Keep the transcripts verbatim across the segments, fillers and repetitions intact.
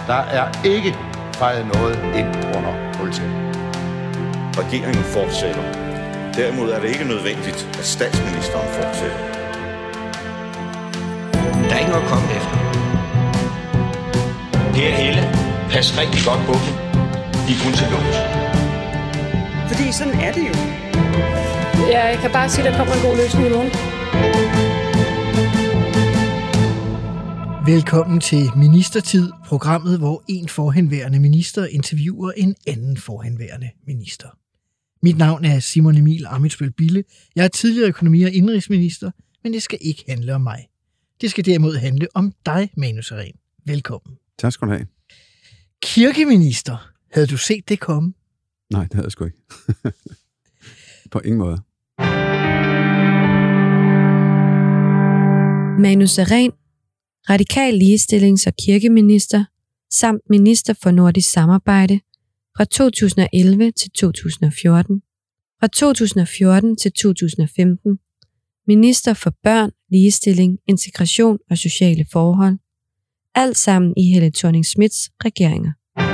Der er ikke fejret noget ind under politiet. Regeringen fortsætter. Derimod er det ikke nødvendigt, at statsministeren fortsætter. Der er ikke noget at komme efter. Per Helle, pas rigtig godt på dem. De er kun til lås. Fordi sådan er det jo. Ja, jeg kan bare sige, at der kommer en god løsning i morgen. Velkommen til Ministertid, programmet, hvor en forhenværende minister interviewer en anden forhenværende minister. Mit navn er Simon Emil Ammitzbøll-Bille. Jeg er tidligere økonomi- og indenrigsminister, men det skal ikke handle om mig. Det skal derimod handle om dig, Manu Sareen. Velkommen. Tak skal du have. Kirkeminister. Havde du set det komme? Nej, det havde jeg sgu ikke. På ingen måde. Manu Sareen, radikal ligestillings- og kirkeminister, samt minister for nordisk samarbejde fra to tusind og elleve til to tusind og fjorten, fra to tusind og fjorten til to tusind og femten, minister for børn, ligestilling, integration og sociale forhold, alt sammen i Helle Thorning-Schmidts regeringer.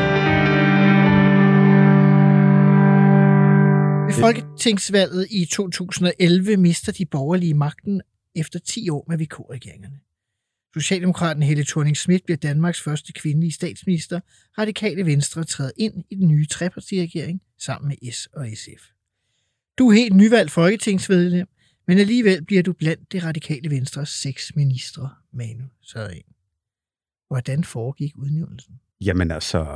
Ved folketingsvalget i to tusind og elleve mister de borgerlige magten efter ti år med V K-regeringerne. Socialdemokraten Helle Thorning-Schmidt bliver Danmarks første kvindelige statsminister. Radikale Venstre træder ind i den nye trepartiregering sammen med S og S F. Du er helt nyvalgt folketingsmedlem, men alligevel bliver du blandt det Radikale Venstres seks ministre, Manu Sareen. Hvordan foregik udnævnelsen? Jamen altså,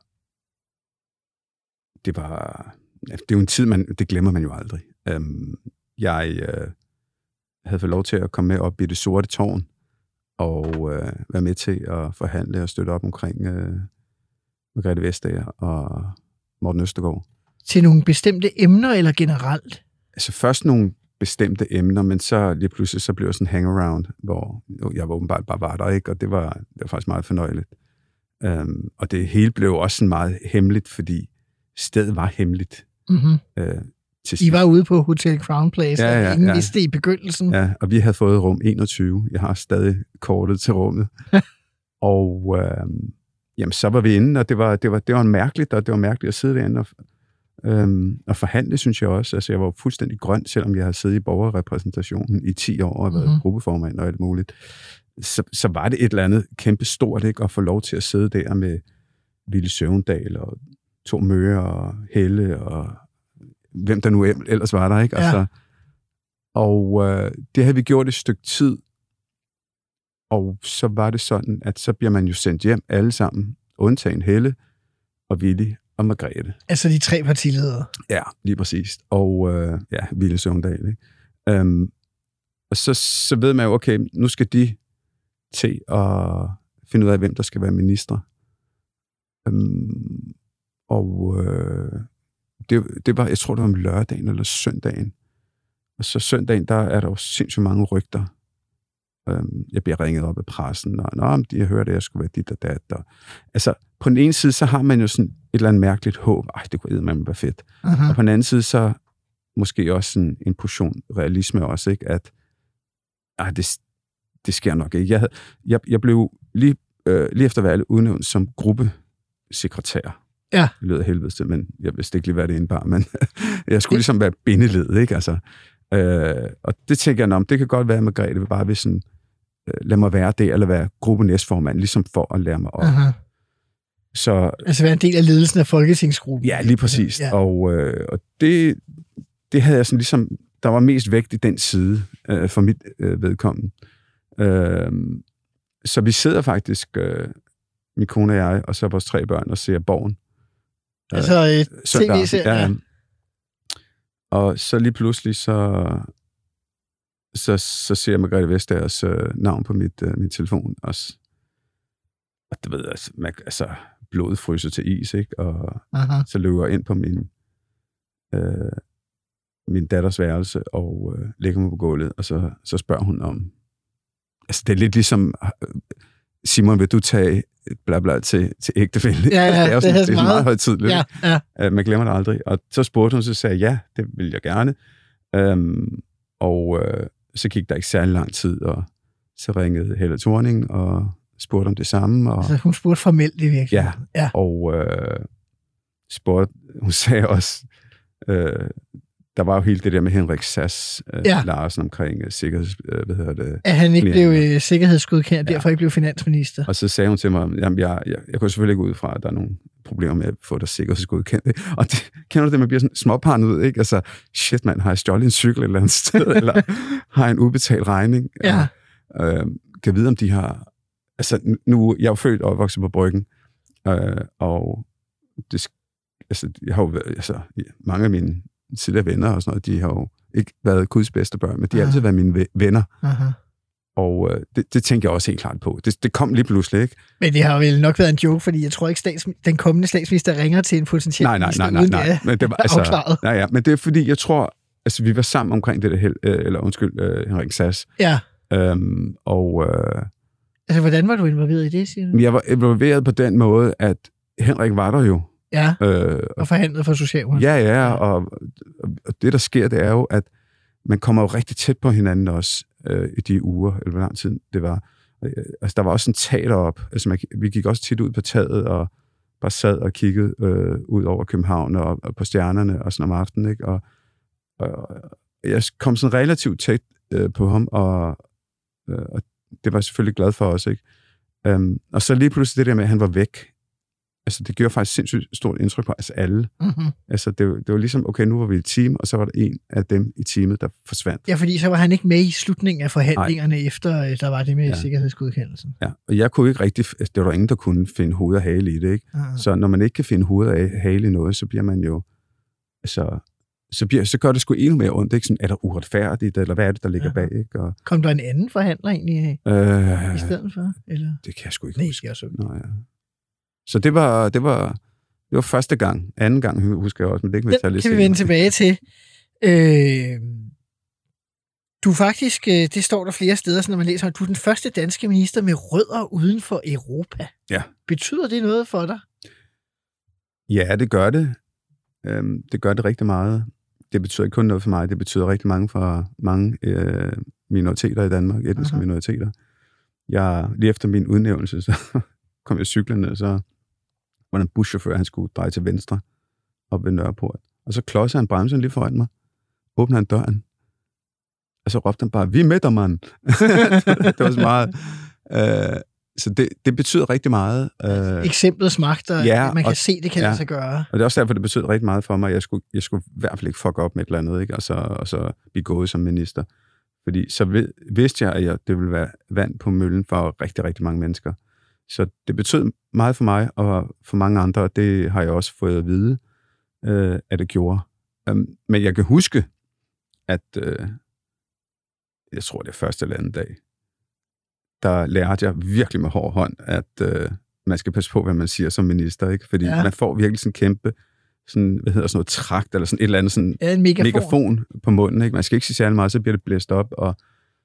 det var, det er jo en tid, man, det glemmer man jo aldrig. Øhm, jeg øh, havde fået lov til at komme med op i det sorte tårn, og øh, være med til at forhandle og støtte op omkring øh, Margrethe Vestager og Morten Østergaard. Til nogle bestemte emner eller generelt? Altså først nogle bestemte emner, men så lige pludselig så blev jeg sådan en hangaround, hvor jeg var åbenbart bare var der, ikke? Og det var, det var faktisk meget fornøjeligt. Um, og det hele blev også sådan meget hemmeligt, fordi stedet var hemmeligt. Mm-hmm. Uh, I var ude på Hotel Crown Place, ja, ja, og ingen ja. vidste i begyndelsen. Ja, og vi havde fået rum enogtyve. Jeg har stadig kortet til rummet. og øh, jamen, så var vi inde, og det var, det var, det var mærkeligt, og det var mærkeligt at sidde derinde og, øh, og forhandle, synes jeg også. Altså, jeg var fuldstændig grøn, selvom jeg havde siddet i borgerrepræsentationen i ti år og været mm-hmm. gruppeformand og alt muligt. Så, så var det et eller andet kæmpe stort, ikke, at få lov til at sidde der med Villy Søvndal og Thor Möger og Helle og hvem der nu ellers var der, ikke? Altså, ja. Og øh, det havde vi gjort et stykke tid, og så var det sådan, at så bliver man jo sendt hjem alle sammen, undtagen Helle og Villy og Margrethe. Altså de tre partiledere? Ja, lige præcis. Og øh, ja, Villy Søvndal, ikke? Um, og så, så ved man jo, okay, nu skal de til at finde ud af, hvem der skal være minister. Um, og øh, Det, det var, jeg tror, det var om lørdagen eller søndagen. Og så søndagen, der er der jo sindssygt mange rygter. Øhm, jeg bliver ringet op af pressen, og nå, de har hørt, at jeg skulle være dit og dat. Og, altså, på den ene side, så har man jo sådan et eller andet mærkeligt håb. Ej, det kunne eddermame være fedt. Uh-huh. Og på den anden side, så måske også sådan en portion realisme også, ikke? At ej, det, det sker nok ikke. Jeg, havde, jeg, jeg blev lige, øh, lige efter valget udnævnt som gruppesekretær. Ja. Det lyder helvedes til, men jeg vidste ikke lige, hvad det indebar, men jeg skulle ligesom være bindeled, ikke? Altså, øh, og det tænker jeg om, det kan godt være, at Margrethe vil bare vil sådan, øh, lad mig være det, eller være gruppenæstformand, ligesom for at lære mig op. Aha. Så, altså være en del af ledelsen af folketingsgruppen. Ja, lige præcis. Ja. Og, øh, og det, det havde jeg sådan ligesom, der var mest vægt i den side øh, for mit øh, vedkommende. Øh, så vi sidder faktisk, øh, min kone og jeg, og så vores tre børn, og ser Borgen. Altså et tv-serie, ja. Og så lige pludselig, så, så, så ser jeg Margrethe Vestagers øh, navn på mit, øh, min telefon også. Og det ved altså, man, altså blodet fryser til is, ikke? Og aha. Så løber jeg ind på min, øh, min datters værelse og øh, lægger mig på gulvet, og så, så spørger hun om... Altså, det er lidt ligesom... Simon, vil du tage bla bla til, til ægtefælde? Ja, ja, det er jo sådan, det er det er meget, meget højtidligt. Ja, ja. Man glemmer det aldrig. Og så spurgte hun, så sagde jeg, ja, det vil jeg gerne. Um, og uh, så gik der ikke særlig lang tid, og så ringede Helle Thorning og spurgte om det samme. Og, altså hun spurgte formelt i virkeligheden. Ja, ja. og øh, spurgte, hun sagde også, øh, der var jo hele det der med Henrik Sass øh, ja. Larsen omkring uh, sikkerheds... Øh, hvad hedder det? At han ikke blev øh, sikkerhedsgodkendt, ja. derfor ikke blev finansminister. Og så sagde hun til mig, jamen jeg, jeg, jeg går selvfølgelig ikke ud fra, at der er nogle problemer med at få dig sikkerhedsgodkendt. Og det, kender du det, man bliver sådan småparnet ud, ikke? Altså, shit mand, har jeg stjålet en cykel et eller andet sted, eller har jeg en ubetalt regning? Ja. Og, øh, kan vide, om de har... Altså, nu, jeg er jo født og opvokset på Bryggen, øh, og det, altså, jeg har jo været, altså, mange af mine tidligere venner og sådan noget, de har jo ikke været Guds bedste børn, men de har Aha. altid været mine venner. Aha. Og øh, det, det tænker jeg også helt klart på. Det, det kom lige pludselig, ikke? Men det har vel nok været en joke, fordi jeg tror ikke, stats, den kommende statsminister ringer til en potentiel nej, nej, nej, nej, nej. Men det var altså, afklaret. Nej, ja, men det er fordi, jeg tror, altså vi var sammen omkring det der, hel, øh, eller undskyld, øh, Henrik Sass. Ja. Øhm, og... Øh, altså, hvordan var du involveret i det, siger du? Jeg var involveret på den måde, at Henrik var der jo. Ja, øh, og forhandlet for Socialdemokratiet. Ja, ja, og, og det, der sker, det er jo, at man kommer jo rigtig tæt på hinanden også øh, i de uger, eller hvor lang tid det var. Altså, der var også en tag derop. Altså, man, vi gik også tit ud på taget og bare sad og kiggede øh, ud over København og, og på stjernerne og sådan om aftenen, ikke? Og, og jeg kom sådan relativt tæt øh, på ham, og, øh, og det var jeg selvfølgelig glad for også, ikke? Um, og så lige pludselig det der med, at han var væk. Altså, det gjorde faktisk sindssygt stort indtryk på os alle. Mm-hmm. Altså, det, det var ligesom, okay, nu var vi et team, og så var der en af dem i teamet, der forsvandt. Ja, fordi så var han ikke med i slutningen af forhandlingerne, Nej. efter der var det med ja. sikkerhedsgodkendelsen. Ja, og jeg kunne ikke rigtig, det var der ingen, der kunne finde hoved og hale i det, ikke? Aha. Så når man ikke kan finde hoved og hale i noget, så bliver man jo, altså, så, bliver, så gør det sgu endnu mere ondt, ikke? Sådan, er der uretfærdigt, eller hvad er det, der ligger Aha. bag, ikke? Og, kom der en anden forhandler egentlig øh, i stedet for? Eller? Det kan jeg sgu ikke Nej, huske. jeg så Nå, ja. Så det var, det var, det var første gang. Anden gang husker jeg også, men det kan vi tage lidt kan vi vende tilbage til. Øh, du faktisk, det står der flere steder, så når man læser, at du er den første danske minister med rødder uden for Europa. Ja. Betyder det noget for dig? Ja, det gør det. Øhm, det gør det rigtig meget. Det betyder ikke kun noget for mig, det betyder rigtig mange for mange øh, minoriteter i Danmark, etniske Aha. minoriteter. Jeg, lige efter min udnævnelse, så kom jeg cyklende, så var der en buschauffør, han skulle dreje til venstre op ved Nørreport. Og så klodser han bremsen lige foran mig. Åbner han døren. Og så råbte han bare, vi er med dig, mand. Det var så meget. Øh, så det, det betyder rigtig meget. Øh, Eksemplets magt, og ja, man kan og, se, det kan ja, lade sig gøre. Og det er også derfor, det betyder rigtig meget for mig. Jeg skulle, jeg skulle i hvert fald ikke fuck op med et eller andet, ikke? Og, så, og så blive gået som minister. Fordi så ved, vidste jeg, at jeg, det ville være vand på møllen for rigtig, rigtig mange mennesker. Så det betød meget for mig, og for mange andre, og det har jeg også fået at vide, øh, at det gjorde. Um, men jeg kan huske, at øh, jeg tror, det er første eller anden dag, der lærte jeg virkelig med hård hånd, at øh, man skal passe på, hvad man siger som minister, ikke? Fordi ja. man får virkelig sådan en kæmpe, sådan, hvad hedder sådan noget, trakt, eller sådan et eller andet sådan ja, en megafon. megafon på munden, ikke? Man skal ikke sige særlig meget, så bliver det blæst op, og,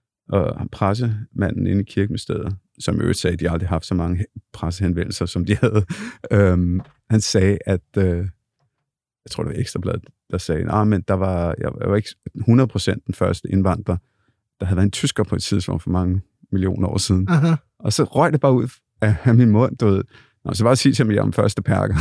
og pressemanden inde i Kirkeministeriet, som i øvrigt sagde, at de aldrig har haft så mange pressehenvendelser, som de havde, øhm, han sagde, at, øh, jeg tror, det var Ekstrabladet, der sagde, ah, men der var, jeg var ikke hundrede procent den første indvandrer, der havde været en tysker på et tidspunkt for mange millioner år siden. Aha. Og så røg det bare ud af, af min mund, du ved. Nå, så bare sige til mig, at jeg er om første perker.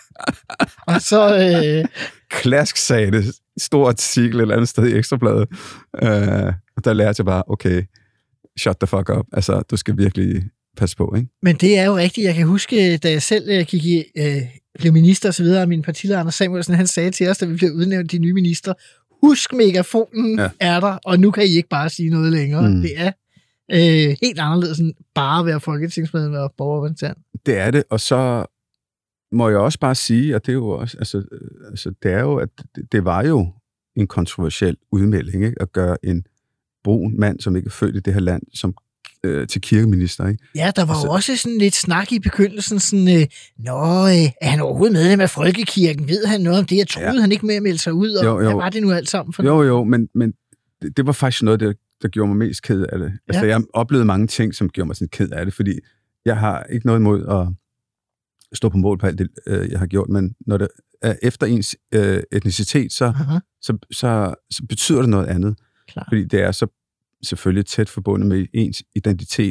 Og så... Øh... Klask sagde det. Stor artikel et eller andet sted i Ekstrabladet. Øh, og der lærte jeg bare, okay, shut the fuck up. Altså, du skal virkelig passe på, ikke? Men det er jo rigtigt. Jeg kan huske, da jeg selv øh, gik i, øh, blev minister og så videre, og min partileder Anders Samuelsen, han sagde til os, da vi blev udnævnt de nye minister, husk, megafonen ja. er der, og nu kan I ikke bare sige noget længere. Mm. Det er øh, helt anderledes end bare at være folketingsmedlem og borgerrepræsentant. Det er det, og så må jeg også bare sige, og det er jo også, altså, altså det er jo, at det, det var jo en kontroversiel udmelding, ikke? At gøre en brun mand, som ikke er født i det her land, som øh, til kirkeminister, ikke? Ja, der var altså, jo også sådan lidt snak i begyndelsen, sådan, øh, nå, øh, er han overhovedet medlem af Folkekirken? Ved han noget om det? Jeg troede ja. han ikke med at melde sig ud, og jo, jo. hvad var det nu alt sammen for jo, noget? Jo, jo, men, men det, det var faktisk noget, der, der gjorde mig mest ked af det. Altså, ja. jeg oplevede mange ting, som gjorde mig sådan ked af det, fordi jeg har ikke noget imod at stå på mål på alt det, øh, jeg har gjort, men når det er efter ens øh, etnicitet, så, så, så, så betyder det noget andet. Klar. Fordi det er så selvfølgelig tæt forbundet med ens identitet,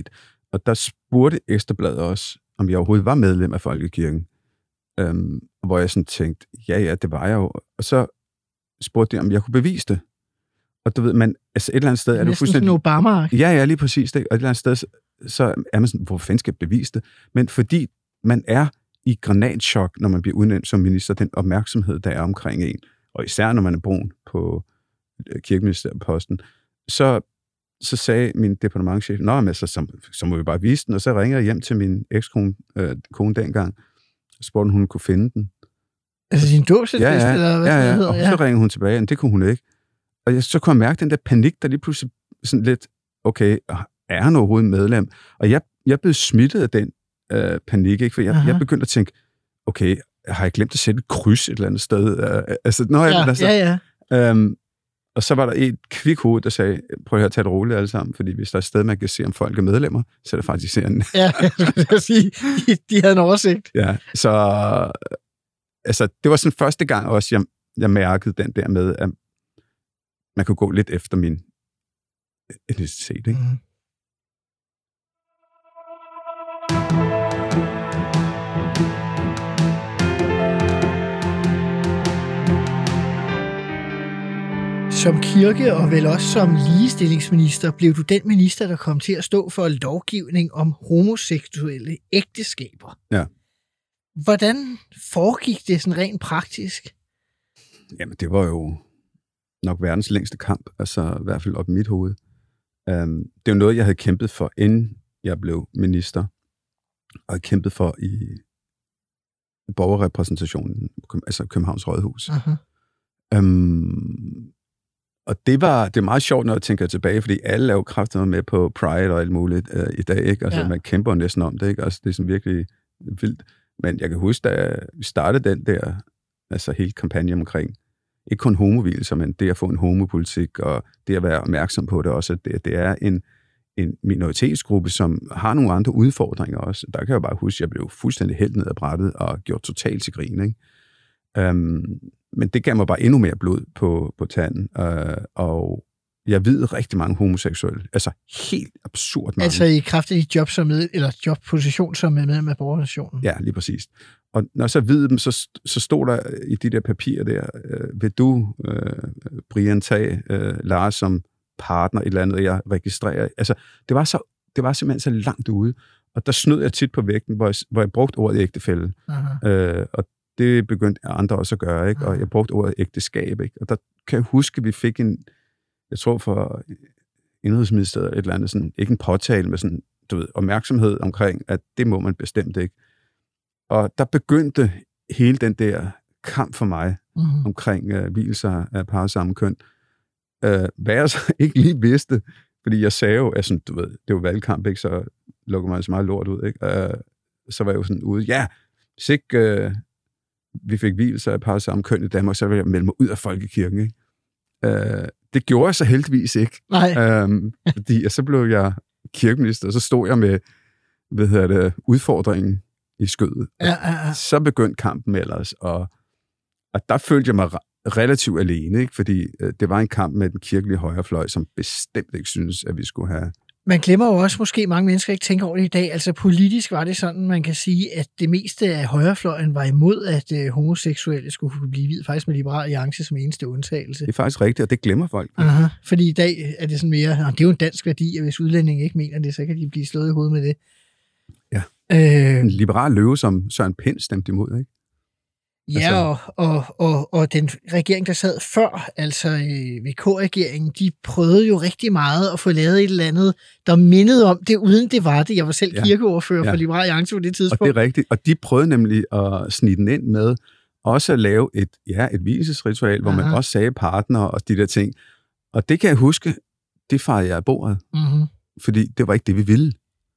og der spurgte Ekstrabladet også, om jeg overhovedet var medlem af Folkekirken. Øhm, hvor jeg sådan tænkte, ja, ja, det var jeg jo. Og så spurgte de, om jeg kunne bevise det. Og du ved, man, altså et eller andet sted... Næsten er du fuldstændig... sådan Obama. Ja, ja, lige præcis. Det. Og et eller andet sted, så, så er man sådan, hvor fanden skal jeg bevise det? Men fordi man er i granatschok, når man bliver udnævnt som minister, den opmærksomhed, der er omkring en, og især når man er brun på kirkeministerposten, så, så sagde min departementschef, nå, men så, så, så må vi bare vise den, og så ringer jeg hjem til min ekskone øh, kone dengang, og spurgte, om hun kunne finde den. Altså sin dåbsattest, ja, ja, eller hvad ja, ja, det hedder? og Ja. så ringede hun tilbage, og det kunne hun ikke. Og jeg, så kunne jeg mærke den der panik, der lige pludselig sådan lidt, okay, er han overhovedet medlem? Og jeg, jeg blev smittet af den øh, panik, ikke? For jeg, jeg begyndte at tænke, okay, har jeg glemt at sætte et kryds et eller andet sted? Uh, altså, når jeg, Ja, altså, ja, ja. Øhm, og så var der et kvikhoved, der sagde, prøv at tage det roligt alle sammen, fordi hvis der er et sted, man kan se, om folk er medlemmer, så er det faktisk serien. Ja, jeg skulle sige, de, de havde en oversigt. Ja, så altså, det var sådan første gang også, jeg, jeg mærkede den der med, at man kunne gå lidt efter min etnicitet, ikke? Mm. Som kirke og vel også som ligestillingsminister blev du den minister, der kom til at stå for lovgivning om homoseksuelle ægteskaber. Ja. Hvordan foregik det sådan rent praktisk? Jamen, det var jo nok verdens længste kamp, altså i hvert fald op i mit hoved. Um, det er jo noget, jeg havde kæmpet for, inden jeg blev minister, og jeg kæmpet for i borgerrepræsentationen, altså Københavns Rådhus. Uh-huh. Um, og det var det er meget sjovt, når jeg tænker tilbage, fordi alle er jo kraftigt med på Pride og alt muligt uh, i dag, ikke? Altså, ja. Man kæmper næsten om det, ikke? Altså, det er sådan virkelig vildt. Men jeg kan huske, da vi startede den der, altså hele kampagnen omkring, ikke kun homovilser, men det at få en homopolitik, og det at være opmærksom på det også, at det, det er en, en minoritetsgruppe, som har nogle andre udfordringer også. Der kan jeg jo bare huske, at jeg blev fuldstændig hældt ned ad brættet og gjort totalt til grin, ikke? Um, men det gav mig bare endnu mere blod på, på tanden, uh, og jeg ved rigtig mange homoseksuelle, altså helt absurd mange. Altså i kraft af de job som med, eller jobposition som med med, med borgernationen. Ja, lige præcis. Og når jeg så ved dem, så, så stod der i de der papirer der, øh, vil du, øh, Brian, tage øh, Lars som partner et eller andet, og jeg registrerer. Altså, det var, så, det var simpelthen så langt ude, og der snød jeg tit på vægten, hvor jeg, hvor jeg brugte ordet ægtefælle. Øh, og det begyndte andre også at gøre, ikke? Og jeg brugte ordet ægteskab, ikke? Og der kan jeg huske, at vi fik en, jeg tror for Indrigsministeriet et eller andet, sådan, ikke en påtale, med sådan, du ved, opmærksomhed omkring, at det må man bestemt ikke. Og der begyndte hele den der kamp for mig mm-hmm. omkring uh, vielser af par samme køn. Uh, hvad jeg så ikke lige vidste, fordi jeg sagde jo, at sådan, du ved, det var valgkamp, ikke, så lukker man så meget lort ud. Ikke? Uh, så var jeg jo sådan ude, ja, hvis ikke uh, vi fik vielser af par samme køn i Danmark, så ville jeg melde mig ud af folkekirken. Ikke? Uh, det gjorde jeg så heldigvis ikke. Nej. Um, fordi så blev jeg kirkeminister, og så stod jeg med, hvad hedder det, udfordringen i skødet. Ja, ja, ja. Så begyndte kampen ellers, og, og der følte jeg mig relativt alene, ikke? Fordi øh, det var en kamp med den kirkelige højrefløj, som bestemt ikke synes, at vi skulle have. Man glemmer jo også, måske mange mennesker ikke tænker over det i dag, altså politisk var det sådan, man kan sige, at det meste af højrefløjen var imod, at øh, homoseksuelle skulle kunne blive viet, faktisk med Liberal Alliance som eneste undtagelse. Det er faktisk rigtigt, og det glemmer folk. Aha, fordi i dag er det sådan mere, det er jo en dansk værdi, at hvis udlændinge ikke mener det, så kan de blive slået i hovedet med det. Ja. Øh, en liberal løve, som Søren Pind stemte imod, ikke? Ja, altså, og, og, og, og den regering, der sad før, altså øh, V K-regeringen, de prøvede jo rigtig meget at få lavet et eller andet, der mindede om det, uden det var det. Jeg var selv ja, kirkeordfører ja. for Liberal Alliance på det tidspunkt. Og det er rigtigt, og de prøvede nemlig at snige den ind med også at lave et, ja, et vielsesritual, hvor Aha. man også sagde partner og de der ting. Og det kan jeg huske, det farede jeg af bordet, mm-hmm. fordi det var ikke det, vi ville.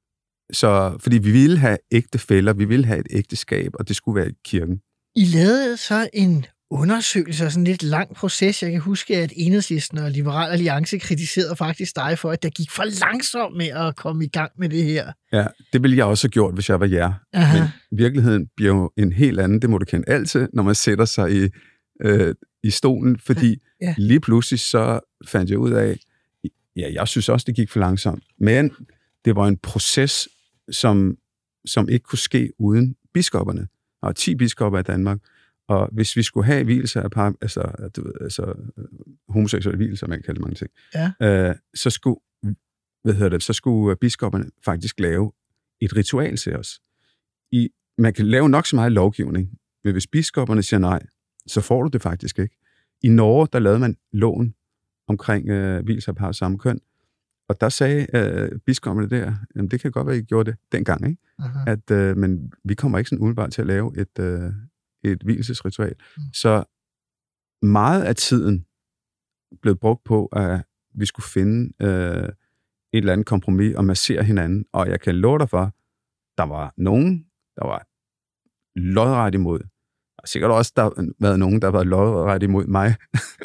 Så, fordi vi ville have ægte fæller, vi ville have et ægteskab, og det skulle være i kirken. I lavede så en undersøgelse og sådan en lidt lang proces. Jeg kan huske, at Enhedslisten og Liberal Alliance kritiserede faktisk dig for, at der gik for langsomt med at komme i gang med det her. Ja, det ville jeg også have gjort, hvis jeg var jer. Aha. Men virkeligheden bliver jo en helt anden, det må du kende altid, når man sætter sig i, øh, i stolen, fordi ja. lige pludselig så fandt jeg ud af, ja, jeg synes også, det gik for langsomt, men det var en proces, som, som ikke kunne ske uden biskopperne. Der er ti biskopper i Danmark, og hvis vi skulle have vielser af par, altså, du ved, altså homoseksuelle vielser, man kan kalde det mange ting, ja. øh, så skulle, hvad hedder det, så skulle biskopperne faktisk lave et ritual til os. I, man kan lave nok så meget lovgivning, men hvis biskopperne siger nej, så får du det faktisk ikke. I Norge, der lavede man loven omkring øh, vielser af par af samme køn, og der sagde øh, biskopperne der, jamen det kan godt være, I gjorde det dengang, ikke? Uh-huh. At, øh, men vi kommer ikke sådan umiddelbart til at lave et, øh, et vielsesritual. Mm. Så meget af tiden blev brugt på, at vi skulle finde øh, et eller andet kompromis og massere hinanden, og jeg kan love dig for, der var nogen, der var lodret imod. Og sikkert også, der har været nogen, der var lodret imod mig.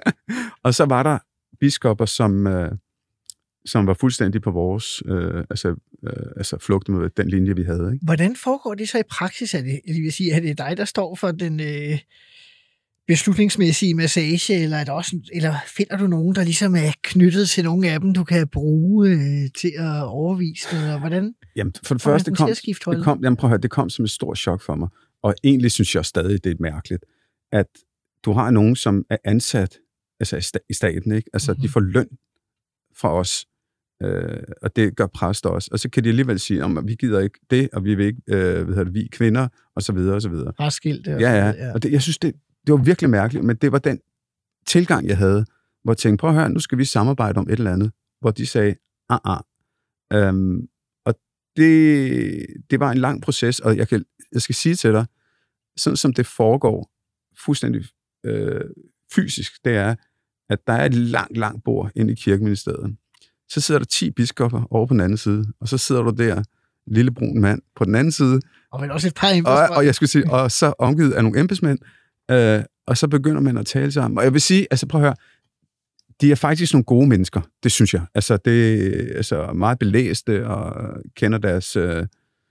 Og så var der biskopper, som... Øh, som var fuldstændig på vores øh, altså, øh, altså flugt med den linje, vi havde. Ikke? Hvordan foregår det så i praksis? Er det, det vil sige, er det dig, der står for den øh, beslutningsmæssige massage, eller, er det også, eller finder du nogen, der ligesom er knyttet til nogle af dem, du kan bruge øh, til at overvise det? Eller hvordan? Jamen, for det første, det kom, det, kom, jamen, prøv at høre, det kom som et stort chok for mig. Og egentlig synes jeg stadig, det er mærkeligt, at du har nogen, som er ansat altså i staten, ikke? Altså, mm-hmm. de får løn fra os, øh, og det gør præster også. Og så kan de alligevel sige, at vi gider ikke det, og vi vil ikke, øh, hvad hedder det, vi kvinder, og så videre, og så videre. Fraskilt det. Ja, ja, ja. Og det, jeg synes, det, det var virkelig mærkeligt, men det var den tilgang, jeg havde, hvor jeg tænkte, prøv at høre, nu skal vi samarbejde om et eller andet, hvor de sagde, ah, ah. Øhm, og det, det var en lang proces, og jeg, kan, jeg skal sige til dig, sådan som det foregår fuldstændig øh, fysisk, det er, at der er et langt, langt bord inde i kirkeministeriet. Så sidder der ti biskopper over på den anden side, og så sidder du der, lille brun mand, på den anden side. Og vel også et par embedsmænd. Og, og jeg skulle sige, og så omgivet af nogle embedsmænd, øh, og så begynder man at tale sammen. Og jeg vil sige, altså prøv at høre, de er faktisk nogle gode mennesker, det synes jeg. Altså, det er altså, meget belæste, og kender deres øh,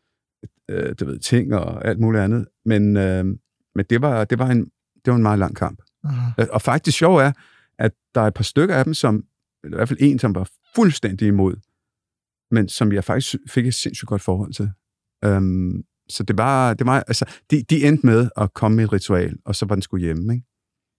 øh, det ved, ting og alt muligt andet. Men, øh, men det, var, det, var en, det var en meget lang kamp. Uh-huh. Og faktisk sjov er, at der er et par stykker af dem, som, eller i hvert fald en, som var fuldstændig imod, men som jeg faktisk fik et sindssygt godt forhold til. Um, så det var, det var altså, de, de endte med at komme med et ritual, og så var den skulle hjemme, ikke?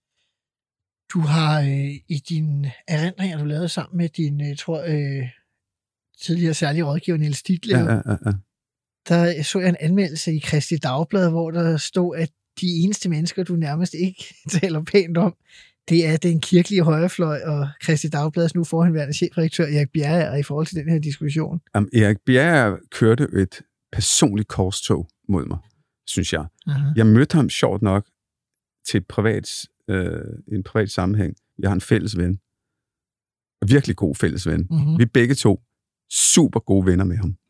Du har øh, i dine erindringer, du lavede sammen med din, jeg tror, øh, tidligere særlige rådgiver, Niels Ditlev, ja, ja, ja. der så jeg en anmeldelse i Kristi Dagblad, hvor der stod, at de eneste mennesker, du nærmest ikke taler pænt om, det er den kirkelige højrefløj og Kristi Dagbladets nu forhenværende chefredaktør Erik Bjerre i forhold til den her diskussion. Um, Erik Bjerre kørte et personligt korstog mod mig, synes jeg. Uh-huh. Jeg mødte ham sjovt nok til et privat, øh, en privat sammenhæng. Jeg har en fælles ven. En virkelig god fælles ven. Uh-huh. Vi er begge to super gode venner med ham.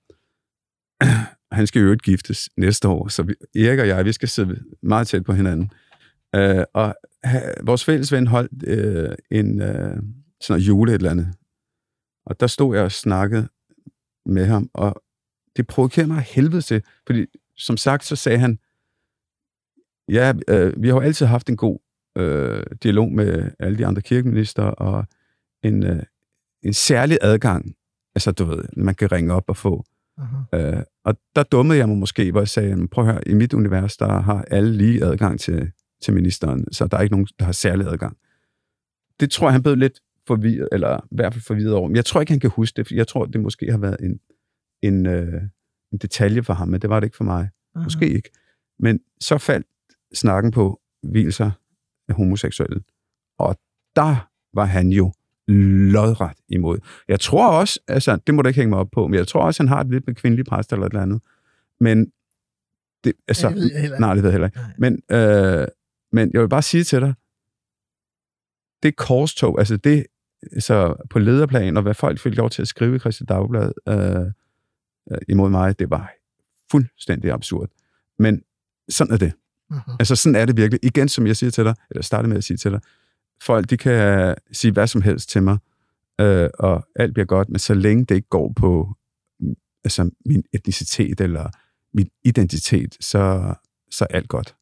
Han skal jo øvrigt giftes næste år, så vi, Erik og jeg, vi skal sidde meget tæt på hinanden. Uh, og ha, vores fælles ven holdt uh, en uh, sådan noget jule et eller andet. Og der stod jeg og snakkede med ham, og det provokerede mig helvede til, fordi som sagt, så sagde han, ja, uh, vi har jo altid haft en god uh, dialog med alle de andre kirkeminister, og en, uh, en særlig adgang, altså du ved, man kan ringe op og få. Uh-huh. Uh, og der dummede jeg mig måske, hvor jeg sagde, prøv at høre, i mit univers, der har alle lige adgang til, til ministeren, så der er ikke nogen, der har særlig adgang. Det tror jeg, han blev lidt forvirret, eller i hvert fald forvirret over. Men jeg tror ikke, han kan huske det, for jeg tror, det måske har været en, en, uh, en detalje for ham, men det var det ikke for mig. Uh-huh. Måske ikke. Men så faldt snakken på vielser af homoseksuelle, og der var han jo lodret imod. Jeg tror også, altså, det må du ikke hænge mig op på, men jeg tror også, han har det lidt med kvindelige præster eller et eller andet. Men, det, altså, ja, det ved jeg heller ikke. Nej, det ved jeg heller ikke. Men, øh, men jeg vil bare sige til dig, det korstog, altså det, så på lederplan, og hvad folk fik lov til at skrive i Kristi Dagblad øh, øh, imod mig, det var fuldstændig absurd. Men sådan er det. Uh-huh. Altså sådan er det virkelig. Igen, som jeg siger til dig, eller startede med at sige til dig, folk, de kan sige hvad som helst til mig, øh, og alt bliver godt, men så længe det ikke går på altså, min etnicitet eller min identitet, så, så er alt godt.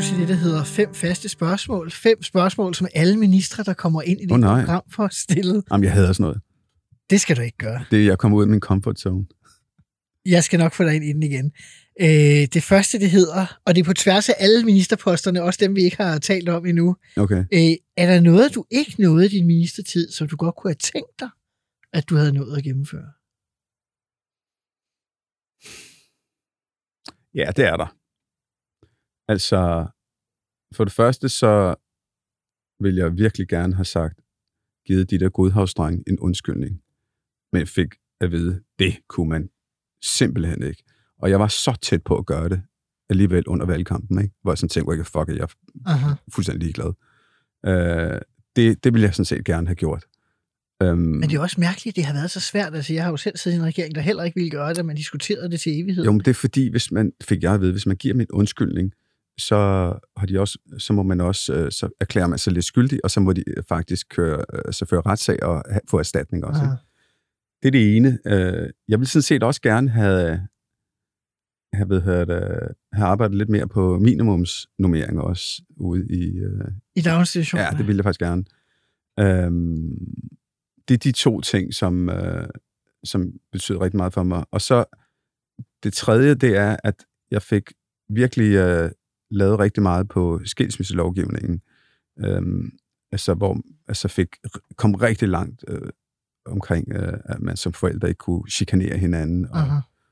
pludselig det, der hedder fem faste spørgsmål. Fem spørgsmål, som alle ministre, der kommer ind i det oh, program, får stillet. Jamen, jeg hader sådan noget. Det skal du ikke gøre. Det er, jeg kommer ud af min comfort zone. Jeg skal nok få dig ind i den igen. Øh, det første, det hedder, og det er på tværs af alle ministerposterne, også dem, vi ikke har talt om endnu. Okay. Øh, er der noget, du ikke nåede i din ministertid, som du godt kunne have tænkt dig, at du havde nået at gennemføre? Ja, det er der. Altså, for det første, så vil jeg virkelig gerne have sagt, givet de der godhavsdrenge en undskyldning. Men jeg fik at vide, det kunne man simpelthen ikke. Og jeg var så tæt på at gøre det, alligevel under valgkampen, ikke? Hvor jeg sådan tænkte, ikke, fuck it, jeg er Aha. fuldstændig ligeglad. Uh, det, det ville jeg sådan set gerne have gjort. Um, men det er også mærkeligt, at det har været så svært. Altså, jeg har jo selv siddet i en regering, der heller ikke ville gøre det, man diskuterede det til evighed. Jo, men det er fordi, hvis man, fik jeg at vide, hvis man giver dem en undskyldning, så har de også, så må man også, så erklærer man sig lidt skyldig, og så må de faktisk køre, så føre retssag og få erstatning også. Aha. Det er det ene. Jeg vil sådan set også gerne have, have, ved, have, have arbejdet lidt mere på minimumsnormeringer også ude i... I daginstitutioner? Ja, det vil jeg faktisk gerne. Um, det er de to ting, som, uh, som betyder rigtig meget for mig. Og så det tredje, det er, at jeg fik virkelig uh, lavet rigtig meget på skilsmisselovgivningen. Um, altså, hvor altså fik kom rigtig langt uh, omkring, uh, at man som forældre ikke kunne chikanere hinanden. Og,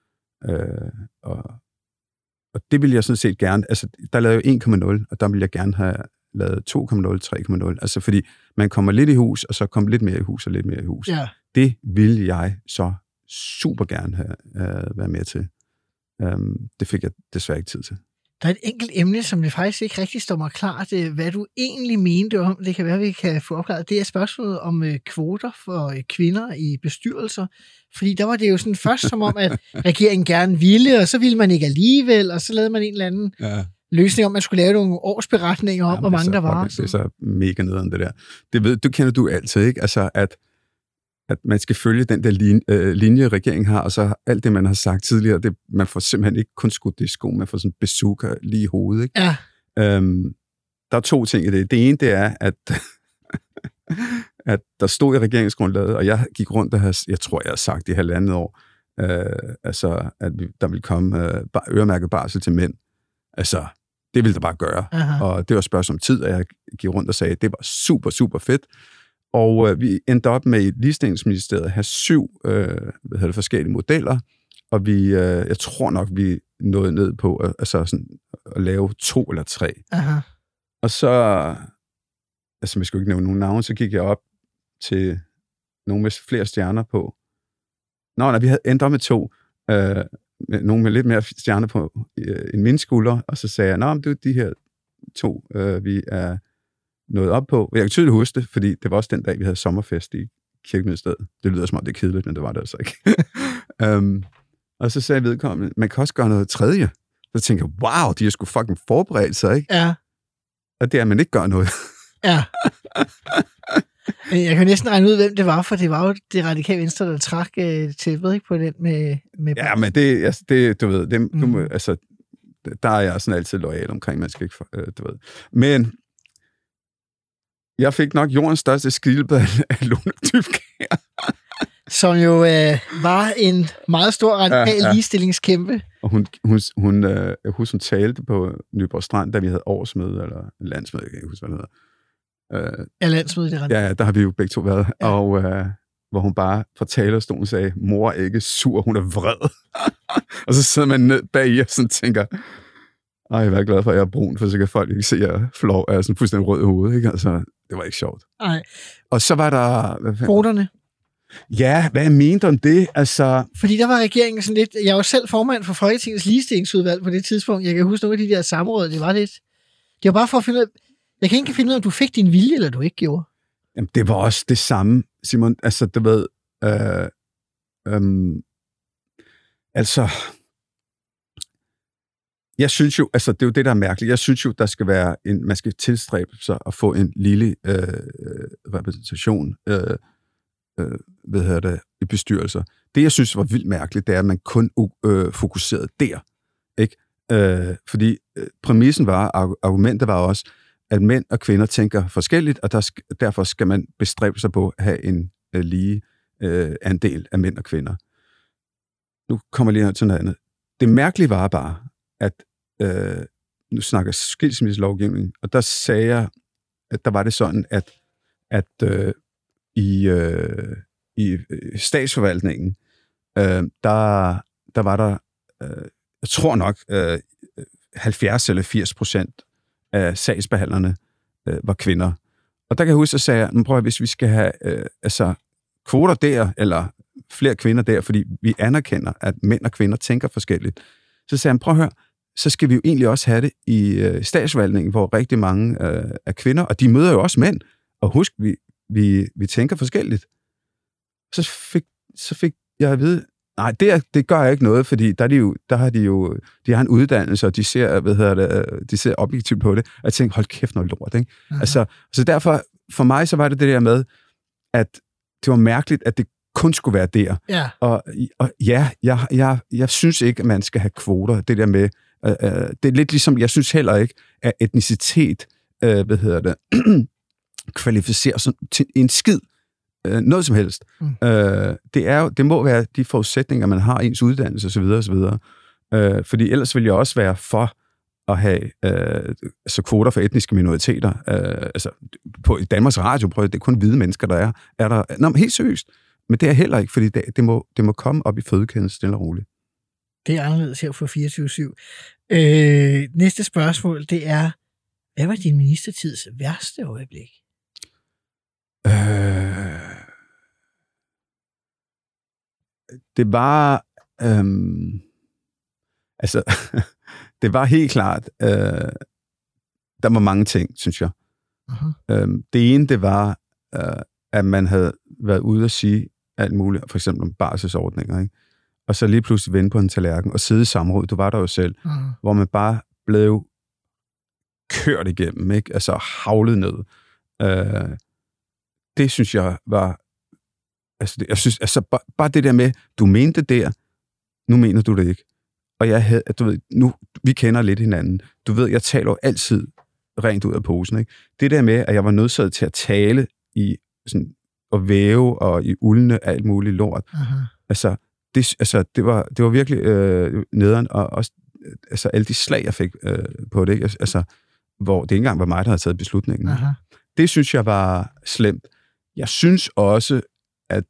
uh, og, og det vil jeg sådan set gerne... Altså, der lavede jeg en komma nul, og der vil jeg gerne have lavet to komma nul, tre komma nul. Altså, fordi man kommer lidt i hus, og så kommer lidt mere i hus, og lidt mere i hus. Ja. Det vil jeg så super gerne have uh, været med til. Um, det fik jeg desværre ikke tid til. Der er et enkelt emne, som det faktisk ikke rigtig står mig klart, hvad du egentlig mente om. Det kan være, vi kan få opklaret. Det er spørgsmålet om kvoter for kvinder i bestyrelser. Fordi der var det jo sådan først som om, at regeringen gerne ville, og så ville man ikke alligevel, og så lavede man en eller anden ja. løsning om, at man skulle lave nogle årsberetninger om, ja, hvor mange så, der var. Det er så mega nederen, det der. Det, ved, det kender du altid, ikke? Altså, at at man skal følge den der linje, øh, linje, regeringen har, og så alt det, man har sagt tidligere, det, man får simpelthen ikke kun skudt det i sko, man får sådan en bazooka lige i hovedet. Ikke? Ja. Øhm, der er to ting i det. Det ene, det er, at, at der stod i regeringsgrundlaget, og jeg gik rundt og havde, jeg tror, jeg har sagt det i halvandet år, øh, altså, at vi, der ville komme øh, øremærket barsel til mænd. Altså, det ville der bare gøre. Aha. Og det var spørgsmål om tid, og jeg gik rundt og sagde, at det var super, super fedt. Og øh, vi endte op med i Ligestillingsministeriet at have syv øh, hvad hedder det, forskellige modeller, og vi, øh, jeg tror nok, vi nåede ned på at, altså sådan, at lave to eller tre. Aha. Og så, altså jeg skulle ikke nævne nogen navne, så gik jeg op til nogle med flere stjerner på. Nå, nej, vi havde endt op med to. Øh, med, nogle med lidt mere stjerner på øh, end mine skuldre, og så sagde jeg, nå, men det er de her to, øh, vi er nået op på. Jeg kan tydeligt huske det, fordi det var også den dag, vi havde sommerfest i Kirkeministeriet. Det lyder som om det er kedeligt, men det var det altså ikke. um, og så sagde jeg vedkommende, man kan også gøre noget tredje. Så tænkte jeg, wow, de har sgu fucking forberedt sig, ikke? Ja. Og det er, at man ikke gør noget. Ja. Jeg kan næsten regne ud, hvem det var, for det var jo det radikale venstre, der trak øh, tæppet, ikke, på den med... med ja, men det, altså, det, du ved, det, mm. du må, altså, der er jeg sådan altid loyal omkring, man skal ikke, øh, du ved. Men jeg fik nok jordens største skildpadde af Lone Dybkjær. Som jo øh, var en meget stor radikal ja, ja. ligestillingskæmpe. Og hun, hun, hun, øh, jeg husker, hun talte på Nyborg Strand, da vi havde årsmøde, eller landsmøde, jeg kan ikke huske, hvad det hedder. Øh, ja, landsmøde, det er ret. Ja, der har vi jo begge to været. Ja. Og øh, hvor hun bare fra talerstolen sagde, mor er ikke sur, hun er vred. Og så sidder man ned bag i og sådan tænker, ej, jeg er glad for, at jeg er brun, for så kan folk ikke se, at jeg flov, er sådan fuldstændig rød i hovedet, ikke? Altså, det var ikke sjovt. Nej. Og så var der... Kvoterne. Ja, hvad jeg mente om det, altså... Fordi der var regeringen sådan lidt... Jeg var selv formand for Folketingets ligestillingsudvalg på det tidspunkt. Jeg kan huske nogle af de der samråd, det var lidt... Det var bare for at finde ud af... Jeg kan ikke finde ud af, om du fik din vilje, eller du ikke gjorde. Jamen, det var også det samme, Simon. Altså, du ved... Øh, øh, altså... Jeg synes jo, altså det er jo det, der er mærkeligt. Jeg synes jo, der skal være en, man skal tilstræbe sig at få en lille øh, repræsentation øh, øh, hvad hedder det, i bestyrelser. Det, jeg synes var vildt mærkeligt, det er, at man kun øh, fokuserede der. Ikke? Øh, fordi præmissen var, argumentet var også, at mænd og kvinder tænker forskelligt, og der sk- derfor skal man bestræbe sig på at have en øh, lige øh, andel af mænd og kvinder. Nu kommer jeg lige til noget andet. Det mærkelige var bare, at øh, nu snakker skilsmisselovgivning, og der sagde jeg, at der var det sådan, at, at øh, i, øh, i statsforvaltningen, øh, der, der var der, øh, jeg tror nok, øh, halvfjerds eller firs procent af sagsbehandlerne øh, var kvinder. Og der kan jeg huske, at jeg sagde, prøv at, hvis vi skal have øh, altså, kvoter der, eller flere kvinder der, fordi vi anerkender, at mænd og kvinder tænker forskelligt, så sagde han, prøv at høre, så skal vi jo egentlig også have det i øh, statsforvaltningen, hvor rigtig mange øh, er kvinder, og de møder jo også mænd. Og husk, vi, vi, vi tænker forskelligt. Så fik, så fik jeg at vide, nej, det, det gør ikke noget, fordi der, er de jo, der har de jo de har en uddannelse, og de ser, hvad hedder det, de ser objektivt på det, og jeg tænkte, hold kæft noget lort, ikke? Altså, så derfor, for mig, så var det det der med, at det var mærkeligt, at det kun skulle være der. Ja. Og, og ja, jeg, jeg, jeg synes ikke, at man skal have kvoter, det der med, øh, det er lidt ligesom, jeg synes heller ikke, at etnicitet, øh, hvad hedder det, kvalificerer sig til en skid, øh, noget som helst. Mm. Øh, det, er jo, det må være de forudsætninger, man har, ens uddannelse osv. osv. Øh, fordi ellers vil jeg også være for at have øh, altså kvoter for etniske minoriteter. Øh, altså, på i Danmarks Radio, prøv, det er kun hvide mennesker, der er. er der, nå, men helt seriøst. Men det er heller ikke, fordi det, det, må, det må komme op i fødekæden stille og roligt. Det er anderledes her for fireogtyve syv. Øh, næste spørgsmål, det er, hvad var din ministertids værste øjeblik? Øh, det var... Øhm, altså, det var helt klart... Øh, der var mange ting, synes jeg. Uh-huh. Øhm, det ene, det var, øh, at man havde været ude at sige alt muligt, for eksempel om barselsordninger, ikke? Og så lige pludselig vende på en tallerken og sidde i samråd, du var der jo selv, uh-huh. hvor man bare blev kørt igennem, ikke? Altså havlet ned. Øh, det synes jeg var... Altså, det, jeg synes, altså bare, bare det der med, du mente der, nu mener du det ikke. Og jeg havde, du ved, nu, vi kender lidt hinanden. Du ved, jeg taler jo altid rent ud af posen, ikke? Det der med, at jeg var nødsaget til at tale i sådan, og væve og i uldne alt muligt lort. Uh-huh. Altså, det, altså, det var, det var virkelig øh, nederen, og også altså, alle de slag, jeg fik øh, på det, ikke? Altså, hvor det ikke engang var mig, der havde taget beslutningen. Uh-huh. Det synes jeg var slemt. Jeg synes også, at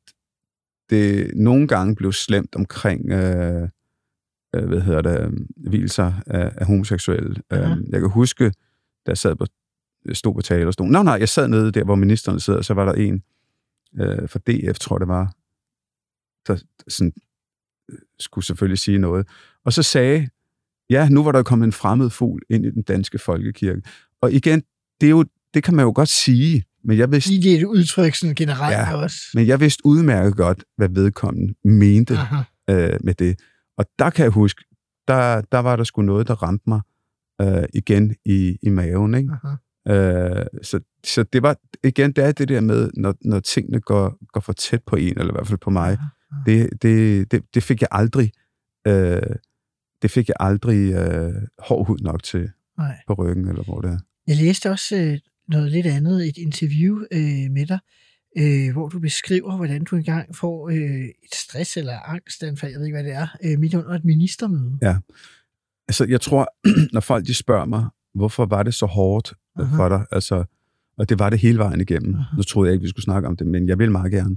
det nogle gange blev slemt omkring, øh, øh, hvad hedder det, vielser af, af homoseksuelle. Uh-huh. Øh, jeg kan huske, da jeg sad på, stod på talerstolen. Nej, nej, jeg sad nede der, hvor ministeren sidder, og så var der en øh, fra D F, tror jeg det var, der sådan, skulle selvfølgelig sige noget. Og så sagde, ja, nu var der kommet en fremmed fugl ind i den danske folkekirke. Og igen, det, er jo, det kan man jo godt sige, men jeg vidste... Det er et udtryk sådan generelt ja, også. Men jeg vidste udmærket godt, hvad vedkommende mente øh, med det. Og der kan jeg huske, der, der var der sgu noget, der ramte mig øh, igen i, i maven, ikke? Øh, så, så det var, igen, det er det der med, når, når tingene går, går for tæt på en, eller i hvert fald på mig, det, det, det, det fik jeg aldrig, øh, det fik jeg aldrig øh, hård hud nok til Nej. På ryggen, eller hvor det er. Jeg læste også øh, noget lidt andet, et interview øh, med dig, øh, hvor du beskriver, hvordan du engang får øh, et stress eller angstanfald, jeg ved ikke, hvad det er, øh, midt under et ministermøde. Ja, altså jeg tror, når folk de spørger mig, hvorfor var det så hårdt uh-huh. for dig, altså, og det var det hele vejen igennem. Uh-huh. Nu troede jeg ikke, vi skulle snakke om det, men jeg vil meget gerne.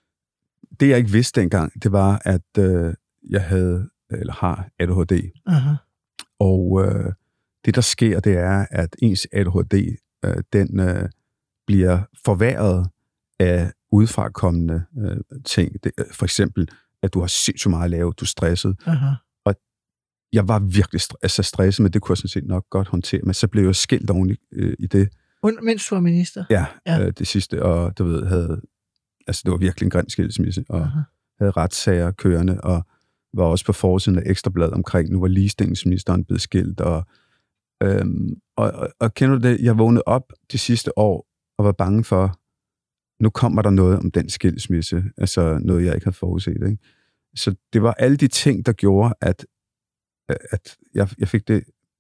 Det jeg ikke vidste dengang, det var, at øh, jeg havde, eller har A D H D. Uh-huh. Og øh, det, der sker, det er, at ens A D H D, øh, den øh, bliver forværret af udefrakommende øh, ting. Det, for eksempel, at du har sindssygt meget at lave, du er stresset. Uh-huh. Og jeg var virkelig st- altså stresset, men det kunne jeg sådan set nok godt håndtere. Men så blev jeg skilt oven i, øh, i det. Mens du var minister? Ja, ja. Øh, det sidste, og du ved, havde, altså det var virkelig en grim skilsmisse, og uh-huh. havde retssager kørende, og var også på forsiden af Ekstrabladet omkring, nu var ligestillingsministeren blevet skilt, og, øhm, og, og, og kender du det, jeg vågnede op det sidste år, og var bange for, nu kommer der noget om den skilsmisse, altså noget, jeg ikke havde forudset, ikke? Så det var alle de ting, der gjorde, at, at jeg, jeg fik det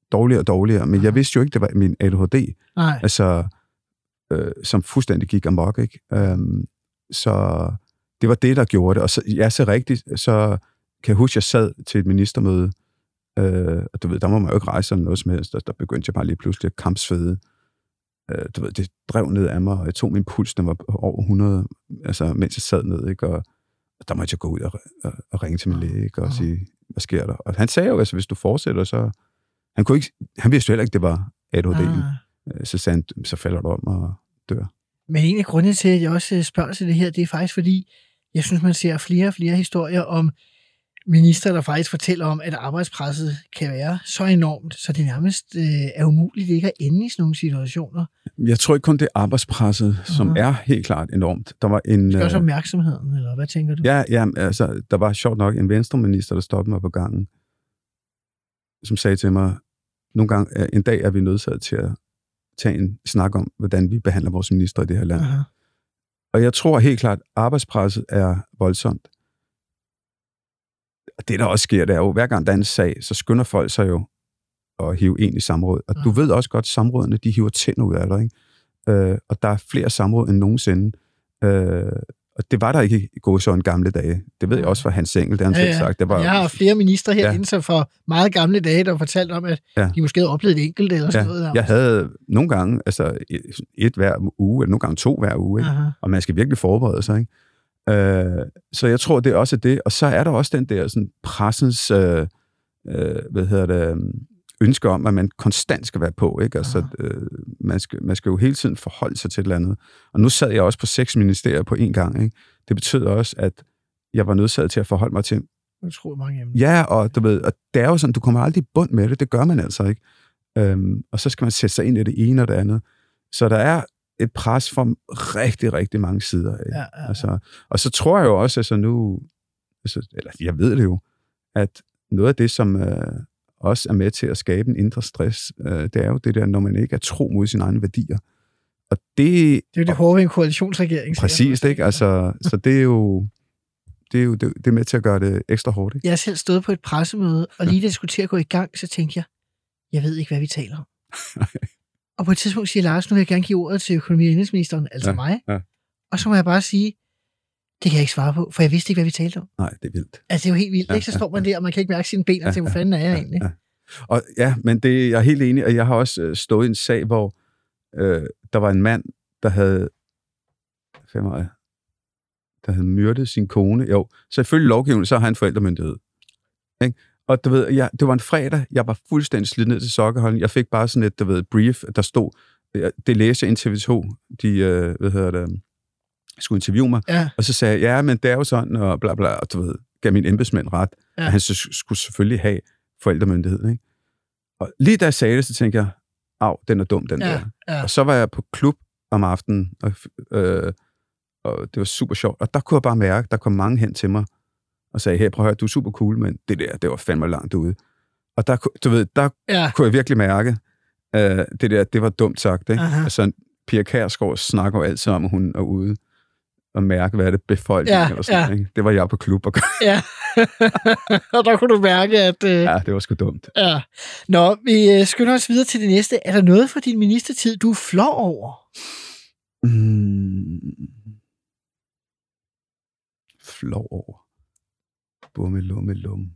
dårligere og dårligere, men jeg vidste jo ikke, det var min A D H D, Nej. altså, øh, som fuldstændig gik amok, ikke? Øhm, så det var det, der gjorde det, og så, ja, så rigtigt, så kan jeg huske, jeg sad til et ministermøde, øh, og du ved, der må man jo ikke rejse eller noget som helst, der, der begyndte jeg bare lige pludselig at kampsvede. Øh, du ved, det drev ned af mig, og jeg tog min puls, den var over hundrede, altså, mens jeg sad ned, ikke? Og der måtte jeg gå ud og, og, og ringe til min læge, ikke? Og sige, hvad sker der? Og han sagde jo, altså, hvis du fortsætter, så... Han, kunne ikke, han vidste jo heller ikke, det var A D H D'en. Ah. Så sagde han, så falder du om og dør. Men en af grundene til, at jeg også spørger til det her, det er faktisk fordi, jeg synes, man ser flere og flere historier om minister, der faktisk fortæller om, at arbejdspresset kan være så enormt, så det nærmest øh, er umuligt ikke at ende i sådan nogle situationer. Jeg tror ikke kun, det er arbejdspresset, uh-huh. som er helt klart enormt. Der var en... Det er også opmærksomheden, eller hvad tænker du? Ja, ja, altså, der var sjovt nok en venstreminister, der stoppede mig på gangen, som sagde til mig, nogle gange, en dag er vi nødsaget til at tage en snak om, hvordan vi behandler vores minister i det her land. Uh-huh. Og jeg tror helt klart, at arbejdspresset er voldsomt. Og det, der også sker, det er jo, hver gang der er en sag, så skynder folk sig jo at hive en i samråd. Og uh-huh. du ved også godt, at samrådene, de hiver tænder ud af dig, ikke? Øh, og der er flere samråd end nogensinde. Øh, og det var der ikke i gode så en gamle dage. Det ved jeg også fra Hans Engel, det har han ja, selv sagt. Det var, jeg har flere ministre herinde, ja. Så for meget gamle dage, der fortalte om, at ja. de måske havde oplevet et enkelt eller sådan ja. noget. Der. Jeg havde nogle gange, altså et hver uge, eller nogle gange to hver uge, ikke? Og man skal virkelig forberede sig, ikke? Øh, så jeg tror, det er også det. Og så er der også den der sådan, pressens øh, øh, hvad hedder det, ønske om, at man konstant skal være på, ikke? Altså, øh, man, skal, man skal jo hele tiden forholde sig til et eller andet. Og nu sad jeg også på seks ministerier på én gang, ikke? Det betød også, at jeg var nødsaget til at forholde mig til... Utroligt mange emner. Ja, og du ved, og det er jo sådan, du kommer aldrig i bund med det, det gør man altså ikke. Øhm, og så skal man sætte sig ind i det ene og det andet. Så der er et pres fra rigtig, rigtig mange sider. Ikke? Ja, ja, ja. Altså, og så tror jeg jo også, altså nu, altså, eller jeg ved det jo, at noget af det, som øh, også er med til at skabe en indre stress, øh, det er jo det der, når man ikke er tro mod sine egne værdier. Og det... Det er jo det hårde ved en koalitionsregering. Præcis, ikke? Altså, så det er jo... Det er jo det, det er med til at gøre det ekstra hårdt, ikke? Jeg har selv stået på et pressemøde, og lige da det skulle til at gå i gang, så tænkte jeg, jeg ved ikke, hvad vi taler om. Og på et tidspunkt siger Lars, nu vil jeg gerne give ordet til økonomi- og indenrigsministeren, altså ja, mig. Ja. Og så må jeg bare sige, det kan jeg ikke svare på, for jeg vidste ikke, hvad vi talte om. Nej, det er vildt. Altså, det er jo helt vildt, ja, ikke? Så står man der, og man kan ikke mærke sine ben, og tænker, hvor fanden er jeg egentlig? Ja. Og ja, men det, jeg er helt enig, og jeg har også stået i en sag, hvor øh, der var en mand, der havde... Fem år, der havde myrdet sin kone. Jo, så ifølge lovgivningen, så har han forældremyndighed. Ikke? Og du ved, jeg, det var en fredag, jeg var fuldstændig slidt ned til sokkerholden. Jeg fik bare sådan et, du ved, brief, der stod, det læste jeg ind til T V to, de, øh, hvad hedder det, skulle interviewe mig, ja. Og så sagde jeg, ja, men det er jo sådan, og bla bla, og du ved, gav min embedsmænd ret, ja. At han så skulle selvfølgelig have forældremyndighed, ikke? Og lige da jeg sagde det, så tænkte jeg, af, den er dum, den ja, der. Ja. Og så var jeg på klub om aftenen, og øh, og det var super sjovt. Og der kunne jeg bare mærke, der kom mange hen til mig og sagde, hey, prøv at høre, du er super cool, men det der, det var fandme langt ude. Og der, du ved, der ja. Kunne jeg virkelig mærke, uh, det der, det var dumt sagt, ikke? Altså, Pia Kjærsgaard snakker jo altid om, at hun er ude og mærke, hvad er det, befolkning ja, eller sådan, ja. Ikke? Det var jeg på klub og ja. Og der kunne du mærke, at... Uh... Ja, det var sgu dumt. Ja. Nå, vi skynder os videre til det næste. Er der noget fra din ministertid, du er flov over? Mm. Flov over. Bumme, lumme, lum.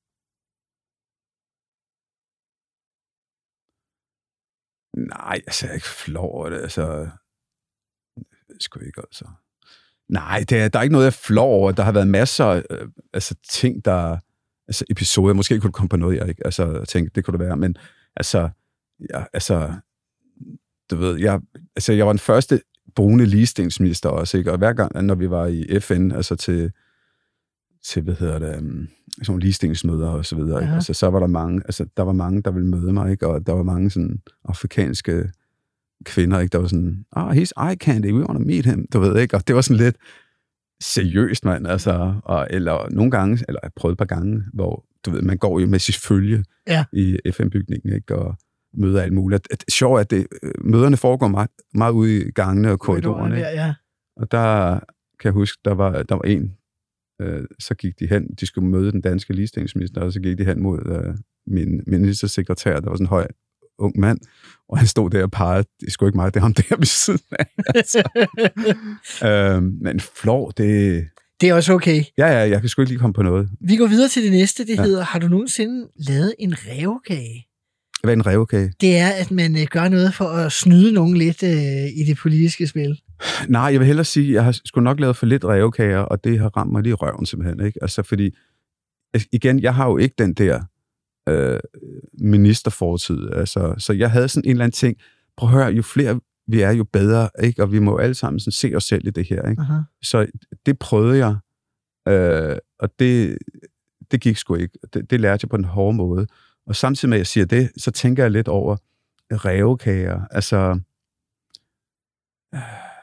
Nej, altså, jeg er ikke flov over det. Altså, det sgu ikke, altså. Nej, det er, der er ikke noget, jeg er flov over. Der har været masser af øh, altså, ting, der... Altså, episoder. Måske kunne du komme på noget, jeg ikke... Altså, tænkte, det kunne det være. Men, altså... Ja, altså... Du ved, jeg... Altså, jeg var den første brune ligestillingsminister også, ikke? Og hver gang, når vi var i F N, altså til... til, hvad hedder det, um, sådan nogle ligestillingsmøder og så videre, ikke? Altså, så var der mange, altså, der var mange, der ville møde mig, ikke? Og der var mange sådan afrikanske kvinder, ikke? Der var sådan, ah, oh, he's eye candy, we want to meet him, du ved, ikke? Og det var sådan lidt seriøst, mand, altså, og, eller nogle gange, eller jeg prøvede et par gange, hvor, du ved, man går jo med sit følge ja. I F N-bygningen, ikke? Og møder alt muligt. Det er sjovt, at det, møderne foregår meget, meget ude i gangene og korridorerne, der, ja. Og der kan jeg huske, der var, der var en, så gik de hen, de skulle møde den danske ligestillingsminister, og så gik de hen mod uh, min ministersekretær, der var sådan en høj ung mand, og han stod der og pegede, det er sgu ikke mig, det er ham der ved siden af. Altså. øhm, men flår, det... Det er også okay. Ja, ja, jeg kan sgu ikke lige komme på noget. Vi går videre til det næste, det ja. hedder, har du nogensinde lavet en rævekage? Hvad er en rævekage? Det er, at man øh, gør noget for at snyde nogen lidt øh, i det politiske spil. Nej, jeg vil hellere sige, at jeg har sgu nok lavet for lidt rævekager, og det har ramt mig lige i røven simpelthen, ikke? Altså, fordi, igen, jeg har jo ikke den der øh, ministerfortid, altså, så jeg havde sådan en eller anden ting, prøv at høre, jo flere vi er, jo bedre, ikke? Og vi må alle sammen sådan se os selv i det her, ikke? Uh-huh. Så det prøvede jeg, øh, og det, det gik sgu ikke. Det, det lærte jeg på den hårde måde. Og samtidig med, at jeg siger det, så tænker jeg lidt over rævekager. Altså, øh,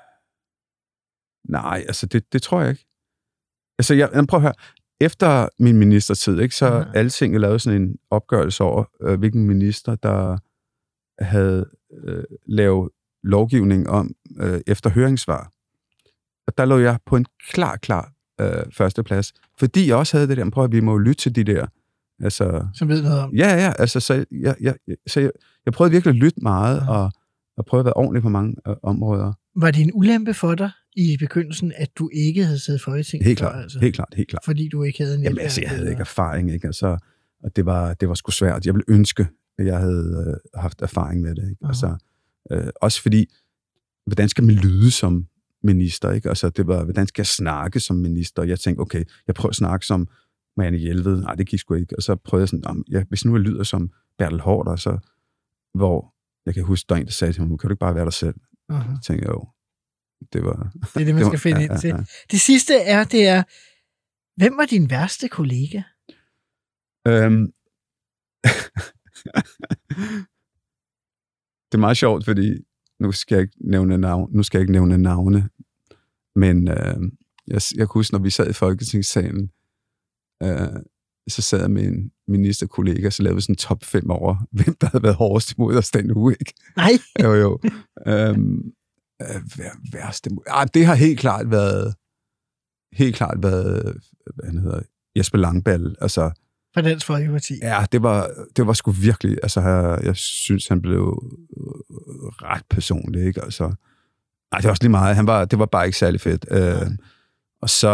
nej, altså, det, det tror jeg ikke. Altså, jeg, prøv at høre, efter min ministertid, ikke, så uh-huh. Altinget lavede sådan en opgørelse over, øh, hvilken minister, der havde øh, lavet lovgivning om øh, efter høringssvar. Og der lå jeg på en klar, klar øh, førsteplads. Fordi jeg også havde det der, prøv at vi må lytte til de der. Altså, som ved noget om. Ja, ja, altså, så jeg, jeg, så jeg, jeg prøvede virkelig at lytte meget, ja. og, og prøve at være ordentlig på mange øh, områder. Var det en ulempe for dig i begyndelsen, at du ikke havde siddet Folketinget? Helt klart, før, altså? helt klart, helt klart. Fordi du ikke havde en... Jamen, altså, jeg havde ikke erfaring, ikke? Altså, og det var, det var sgu svært. Jeg ville ønske, at jeg havde øh, haft erfaring med det, ikke? Altså, øh, også fordi, hvordan skal man lyde som minister, ikke? Altså, det var, hvordan skal jeg snakke som minister? Jeg tænkte, okay, jeg prøver at snakke som Marianne Jelved. Nej, det gik sgu ikke. Og så prøvede jeg sådan, ja, hvis nu jeg lyder som Bertel Haarder, så hvor jeg kan huske, der en, der sagde til mig, kan du ikke bare være dig selv? Uh-huh. Så tænkte jeg, jo, det var... Det er det, man skal finde ind til. Ja, ja. Det sidste er, det er, hvem var din værste kollega? Øhm... det er meget sjovt, fordi nu skal jeg ikke nævne navne, nu skal jeg ikke nævne navne, men øh, jeg, jeg kan huske, når vi sad i Folketingssalen, øh, så sad jeg med en ministerkollega, så lavede vi sådan en top fem over, hvem der havde været hårdest imod os den uge, ikke? Nej. Jo, jo. Øhm, øh, værste imod. Ah, det har helt klart været, helt klart været, hvad han hedder, Jesper Langballe, altså. Fra Dansk Folkeparti. Ja, det var, det var sgu virkelig, altså, jeg, jeg synes, han blev ret personlig, ikke? Altså, nej, det var også lige meget, han var, det var bare ikke særlig fedt. Ja. Øh, og så,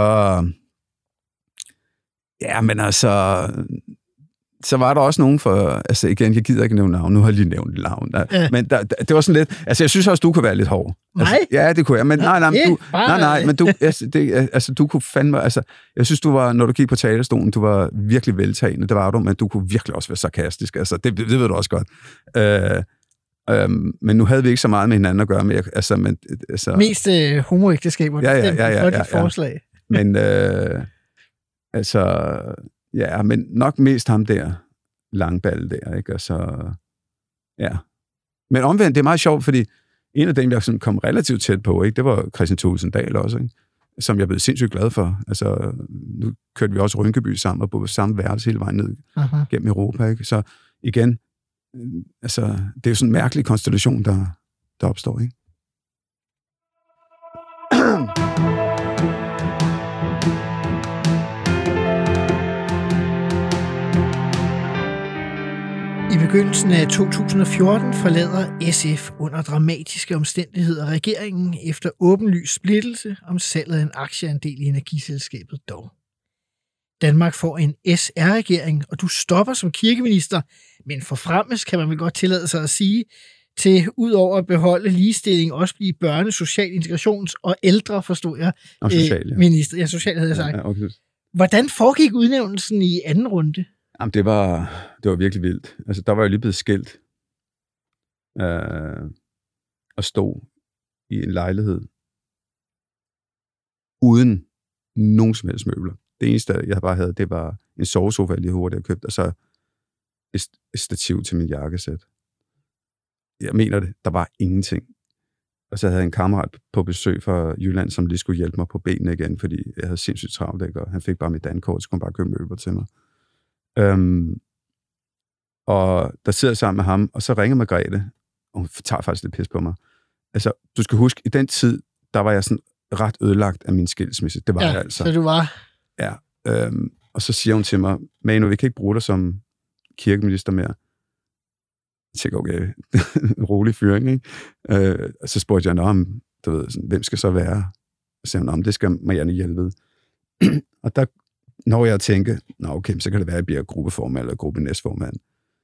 ja, men altså, så var der også nogen for, altså igen, jeg gider ikke nævne navn, nu har jeg lige nævnt navn, ja. Men der, der, det var sådan lidt, altså jeg synes også, du kunne være lidt hård. Nej? Altså, ja, det kunne jeg, men nej, nej, men du, nej, nej, men du, altså, det, altså, du kunne fandme, altså, jeg synes, du var, når du gik på talerstolen, du var virkelig veltagende, det var du, men du kunne virkelig også være sarkastisk, altså, det, det ved du også godt. Øh, Øhm, men nu havde vi ikke så meget med hinanden at gøre med. Altså, men, altså, Mest øh, homoægteskaber, ja, ja, ja, ja, ja, ja, ja. forslag. Men øh, altså, ja, men nok mest ham der, Langballe der, ikke? Altså, ja. Men omvendt, det er meget sjovt, fordi en af dem, jeg sådan kom relativt tæt på, ikke, det var Kristian Thulesen Dahl også, ikke? Som jeg blev sindssygt glad for. Altså, nu kørte vi også Rynkeby sammen og boede samme værelse hele vejen ned Aha. gennem Europa, ikke? Så igen, altså, det er jo sådan en mærkelig konstellation, der, der opstår, ikke? I begyndelsen af to tusind og fjorten forlader S F under dramatiske omstændigheder regeringen efter åbenlys splittelse om salget af en aktieandel i energiselskabet Dong. Danmark får en S R-regering, og du stopper som kirkeminister, men forfremmes, kan man vel godt tillade sig at sige, til udover at beholde ligestilling, også blive børne-, social, integrations- og ældre, forstod jeg, og social, ja. minister. Ja, social havde jeg sagt. Ja, ja, okay. Hvordan foregik udnævnelsen i anden runde? Jamen, det var, det var virkelig vildt. Altså, der var jo lige blevet skilt øh, og stå i en lejlighed uden nogen som helst møbler. Det eneste, jeg bare havde, det var en sovesofa, jeg lige hurtigt havde købt, og så et stativ til min jakkesæt. Jeg mener det, der var ingenting. Og så havde jeg en kammerat på besøg fra Jylland, som lige skulle hjælpe mig på benene igen, fordi jeg havde sindssygt travlt, ikke? Og han fik bare mit dankort, så kunne han bare købe møbler til mig. Øhm, og der sidder jeg sammen med ham, og så ringer Margrethe, og hun tager faktisk lidt pis på mig. Altså, du skal huske, i den tid, der var jeg sådan ret ødelagt af min skilsmisse. Det var ja, jeg altså. Så du var... Ja, øhm, og så siger hun til mig, Manu, vi kan ikke bruge dig som kirkeminister mere. Jeg tænkte, okay, rolig fyring, ikke? Øh, og så spurgte jeg, om, du ved, sådan, hvem skal så være? Og så sagde hun, om det skal Marianne Jelved. Og der når jeg tænker, nå okay, så kan det være, at jeg bliver gruppeformand eller gruppenæstformand.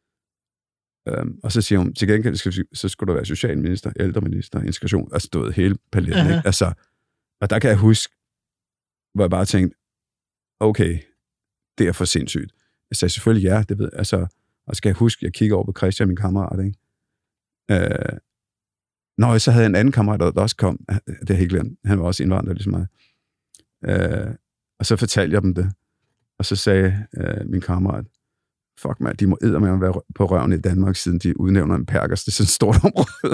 Um, og så siger hun, til gengæld, så skulle der være socialminister, ældreminister, integration, altså du ved, hele paletten, ikke? Altså, og der kan jeg huske, hvor jeg bare tænkte, okay, det er for sindssygt. Jeg sagde selvfølgelig ja, det ved jeg, altså, og skal jeg huske, jeg kigger over på Christian, min kammerat, ikke? Uh, Nå, så havde jeg en anden kammerat, der også kom, det har jeg ikke glemt, han var også indvandrer, ligesom mig. Uh, og så fortalte jeg dem det, og så sagde uh, min kammerat, fuck man, de må eddermame være på røven i Danmark, siden de udnævner en perkers. Det er sådan et stort område.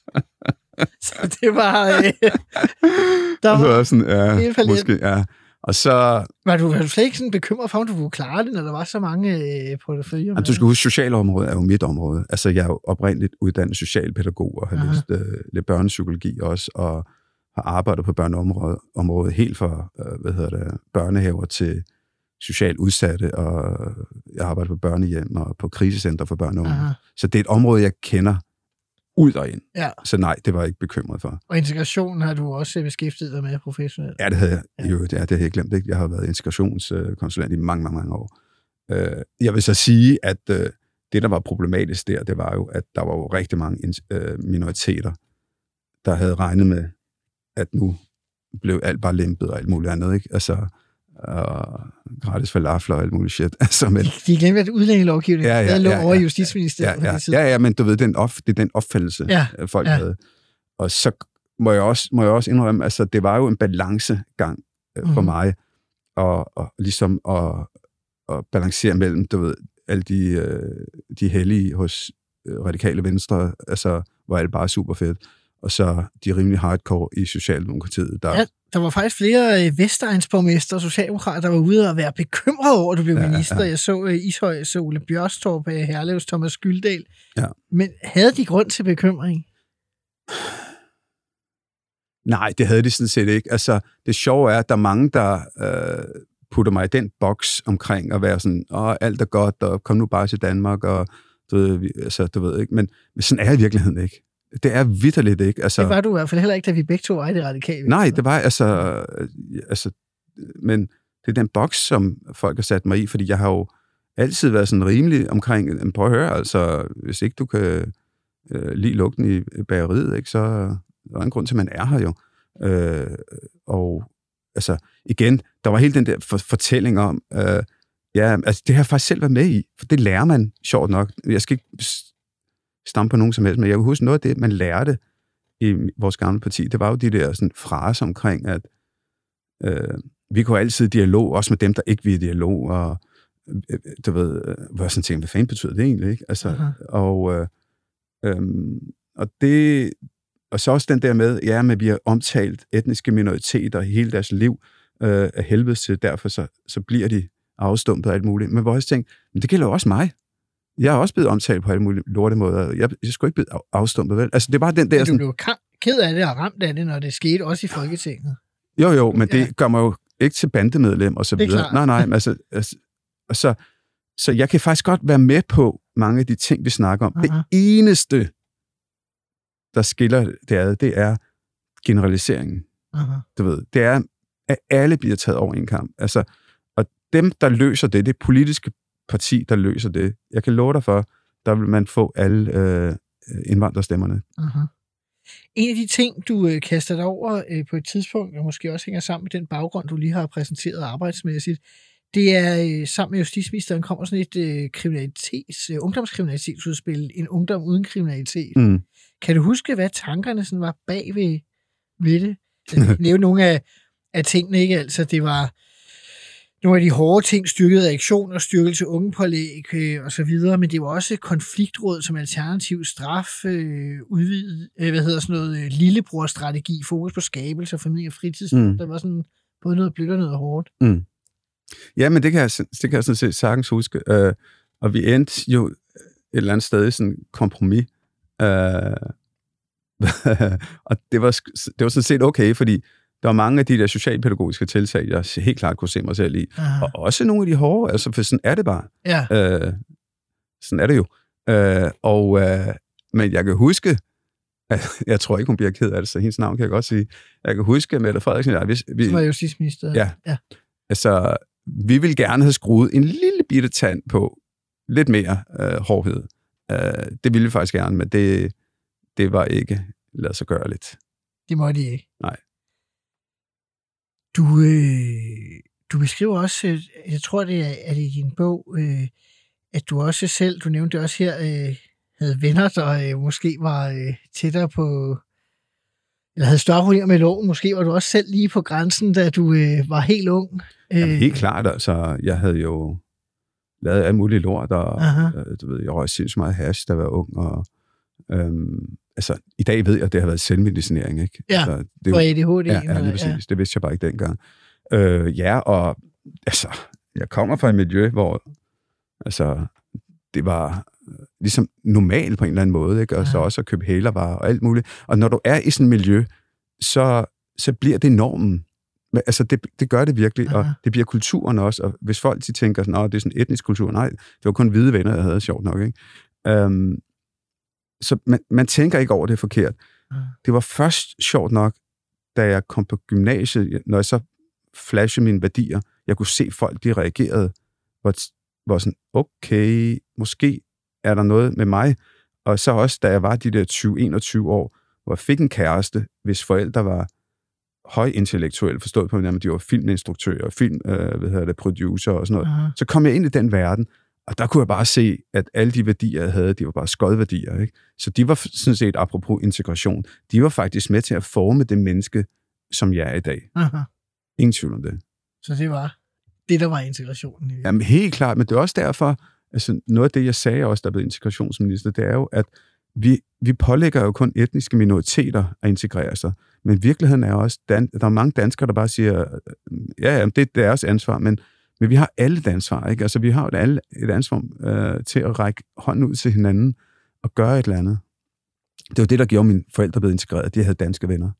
Så det var... Øh, der var, var sådan, ja, måske, ja. Og så... Var du, var du slet ikke sådan bekymret for, om du kunne klare det, når der var så mange øh, porteføljer? Du skal huske, socialområdet er jo mit område. Altså, jeg er jo oprindeligt uddannet socialpædagog, og har Aha. læst øh, lidt børnepsykologi også, og har arbejdet på børneområdet området, helt fra, øh, hvad hedder det, børnehaver til socialt udsatte, og jeg arbejder på børnehjem og på krisecenter for børn og unge. Aha. Så det er et område, jeg kender ud og ind. Ja. Så nej, det var jeg ikke bekymret for. Og integrationen har du også beskæftiget dig med professionelt? Ja, det havde jeg. Ja. Jo, det, det havde jeg glemt. Ikke? Jeg har været integrationskonsulent i mange, mange, mange år. Jeg vil så sige, at det, der var problematisk der, det var jo, at der var jo rigtig mange minoriteter, der havde regnet med, at nu blev alt bare lempet og alt muligt andet. Ikke? Altså, og gratis falafler og alt muligt shit. Altså, men, de glemte, at udlændingelovgivningen ja, ja, ja, lå ja, over i Justitsministeriet. Ja, ja, ja, ja, men du ved, den off, det er den opfattelse, ja, folk ja. havde. Og så må jeg også, må jeg også indrømme, altså, det var jo en balancegang øh, for mm. mig, og, og ligesom at, at balancere mellem, du ved, alle de, øh, de hellige hos øh, radikale venstre, altså, hvor alt bare er super fedt, og så de rimelig hardcore i Socialdemokratiet, der... Ja. Der var faktisk flere Vestegnsborgmester og socialdemokrater, der var ude og være bekymrede over, at du blev ja, minister. Ja. Jeg så uh, Ishøj, så Ole Bjørstorp, Herlevs, Thomas Gyldal. Ja. Men havde de grund til bekymring? Nej, det havde de sådan set ikke. Altså, det sjove er, at der er mange, der øh, putter mig i den boks omkring at være sådan, åh, alt er godt, og kom nu bare til Danmark, og du ved, altså, du ved ikke. Men, men sådan er i virkeligheden ikke. Det er vitterligt ikke. Altså, det var du i hvert fald heller ikke, da vi begge to var i det radikale. Nej, det var altså, altså... Men det er den boks, som folk har sat mig i, fordi jeg har jo altid været sådan rimelig omkring, prøv at høre, altså, hvis ikke du kan øh, lide lugten i bageriet, ikke, så der er en grund til, at man er her jo. Øh, og altså, igen, der var hele den der for- fortælling om, øh, ja, altså, det har jeg faktisk selv været med i, for det lærer man, sjovt nok. Jeg skal ikke stamme på nogen som helst, men jeg vil huske noget af det, man lærte i vores gamle parti, det var jo de der sådan, fraser omkring, at øh, vi kunne altid i dialog, også med dem, der ikke vil i dialog, og øh, du ved, øh, hvor jeg sådan tænkte, hvad fanden betyder det egentlig, ikke? Altså, uh-huh. og, øh, øh, og det, og så også den der med, ja, men vi har omtalt etniske minoriteter hele deres liv øh, af helvede til, derfor så, så bliver de afstumpet og alt muligt. Men hvor jeg tænkte, men det gælder jo også mig. Jeg er også blevet omtalt på alle mulige lortemåder. Jeg, jeg skulle ikke blive afstumpet, vel? Altså, det er bare den der... Men du sådan... blev ked af det og ramt af det, når det skete også i Folketinget. Jo, jo, men ja. Det gør mig jo ikke til bandemedlem og så videre. Nej, nej, altså, altså, så, så jeg kan faktisk godt være med på mange af de ting, vi snakker om. Aha. Det eneste, der skiller det ad, det er generaliseringen. Aha. Du ved, det er, at alle bliver taget over en kamp. Altså, og dem, der løser det, det er politiske parti, der løser det. Jeg kan love dig for, der vil man få alle øh, indvandrerstemmerne. Aha. En af de ting, du øh, kaster dig over øh, på et tidspunkt, og måske også hænger sammen med den baggrund, du lige har præsenteret arbejdsmæssigt, det er øh, sammen med justitsministeren kommer sådan et øh, kriminalitets, øh, ungdomskriminalitetsudspil, en ungdom uden kriminalitet. Mm. Kan du huske, hvad tankerne sådan var bag ved, ved det? Jeg nævnte nogle af, af tingene, ikke? Altså, det var nogle af de hårde ting, styrket reaktion og styrkelse ungepålæg øh, og så videre, men det var også konfliktråd som alternativ straf, øh, udvidet, øh, hvad hedder sådan noget, øh, lillebrorstrategi, fokus på skabelse og familie og fritidspunkt. Mm. Der var sådan både noget blødt og noget hårdt. Mm. Ja, men det kan jeg, det kan jeg sådan set sagtens huske. Øh, og vi endte jo et eller andet sted i sådan en kompromis. Øh, og det var, det var sådan set okay, fordi der var mange af de der socialpædagogiske tiltag, jeg helt klart kunne se mig selv i. Aha. Og også nogle af de hårde, altså for sådan er det bare. Ja. Øh, Sådan er det jo. Øh, og, øh, men jeg kan huske, at, jeg tror ikke, hun bliver ked af det, så hendes navn kan jeg godt sige. Jeg kan huske, at Mette Frederiksen... Ja, hvis, vi, som var justitsminister. Ja. ja. Altså, vi ville gerne have skruet en lille bitte tand på lidt mere øh, hårdhed. Øh, det ville vi faktisk gerne, men det, det var ikke lad sig gøre lidt. Det må de ikke. Nej. Du, øh, du beskriver også, øh, jeg tror, det er, er det i din bog, øh, at du også selv, du nævnte det også her, øh, havde venner, der øh, måske var øh, tættere på, eller havde større problemer med loven. Måske var du også selv lige på grænsen, da du øh, var helt ung. Øh. Jamen, helt klart, altså. Jeg havde jo lavet alt muligt lort, og øh, du ved, jeg røg sindssygt meget hash, da jeg var ung, og øhm, altså, i dag ved jeg, at det har været selvmedicinering, ikke? Ja, altså, det for A D H D. Ja, ja, lige præcis. Ja. Det vidste jeg bare ikke dengang. Øh, ja, og altså, jeg kommer fra et miljø, hvor altså, det var ligesom normalt på en eller anden måde, ikke? Og så også at købe hælervarer og alt muligt. Og når du er i sådan et miljø, så, så bliver det normen. Altså, det, det gør det virkelig, Aha. og det bliver kulturen også. Og hvis folk de tænker sådan, åh, det er sådan en etnisk kultur. Nej, det var kun hvide venner, jeg havde, sjovt nok, ikke? Um, så man, man tænker ikke over det forkert. Aha. Det var først sjovt nok, da jeg kom på gymnasiet, når jeg så flashede mine værdier, jeg kunne se folk, de reagerede, hvor, hvor sådan, okay, måske er der noget med mig. Og så også, da jeg var de der tyve til enogtyve år, hvor jeg fik en kæreste, hvis forældre var højintellektuelle, forstået på hinanden, de var filminstruktører, film, øh, hvad hedder det, producer og sådan noget. Uh-huh. Så kom jeg ind i den verden, og der kunne jeg bare se, at alle de værdier, jeg havde, de var bare skodværdier, ikke? Så de var sådan set, apropos integration, de var faktisk med til at forme det menneske, som jeg er i dag. Uh-huh. Ingen tvivl om det. Så det var det, der var integrationen? Jamen helt klart, men det er også derfor, altså noget af det, jeg sagde også, der blev integrationsminister, det er jo, at vi, vi pålægger jo kun etniske minoriteter at integrere sig. Men virkeligheden er også, dan- der er mange danskere, der bare siger, ja, ja, det er deres ansvar, men, men vi har alle et ansvar, ikke? Altså, vi har jo alle et ansvar øh, til at række hånden ud til hinanden og gøre et eller andet. Det var det, der gjorde mine forældre blev integreret. De havde danske venner.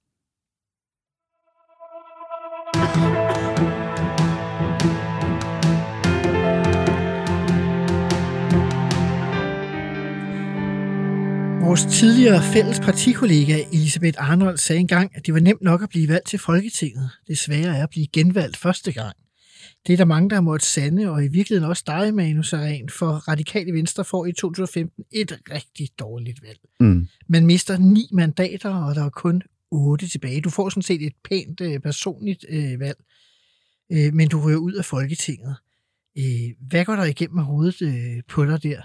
Vores tidligere fælles partikollega Elisabeth Arnold sagde engang, at det var nemt nok at blive valgt til Folketinget. Det svære er at blive genvalgt første gang. Det er der mange, der har måttet sande, og i virkeligheden også dig, Manu Sareen, for Radikale Venstre får i to tusind og femten et rigtig dårligt valg. Mm. Man mister ni mandater, og der er kun otte tilbage. Du får sådan set et pænt øh, personligt øh, valg, øh, men du ryger ud af Folketinget. Øh, hvad går der igennem hovedet øh, på dig der?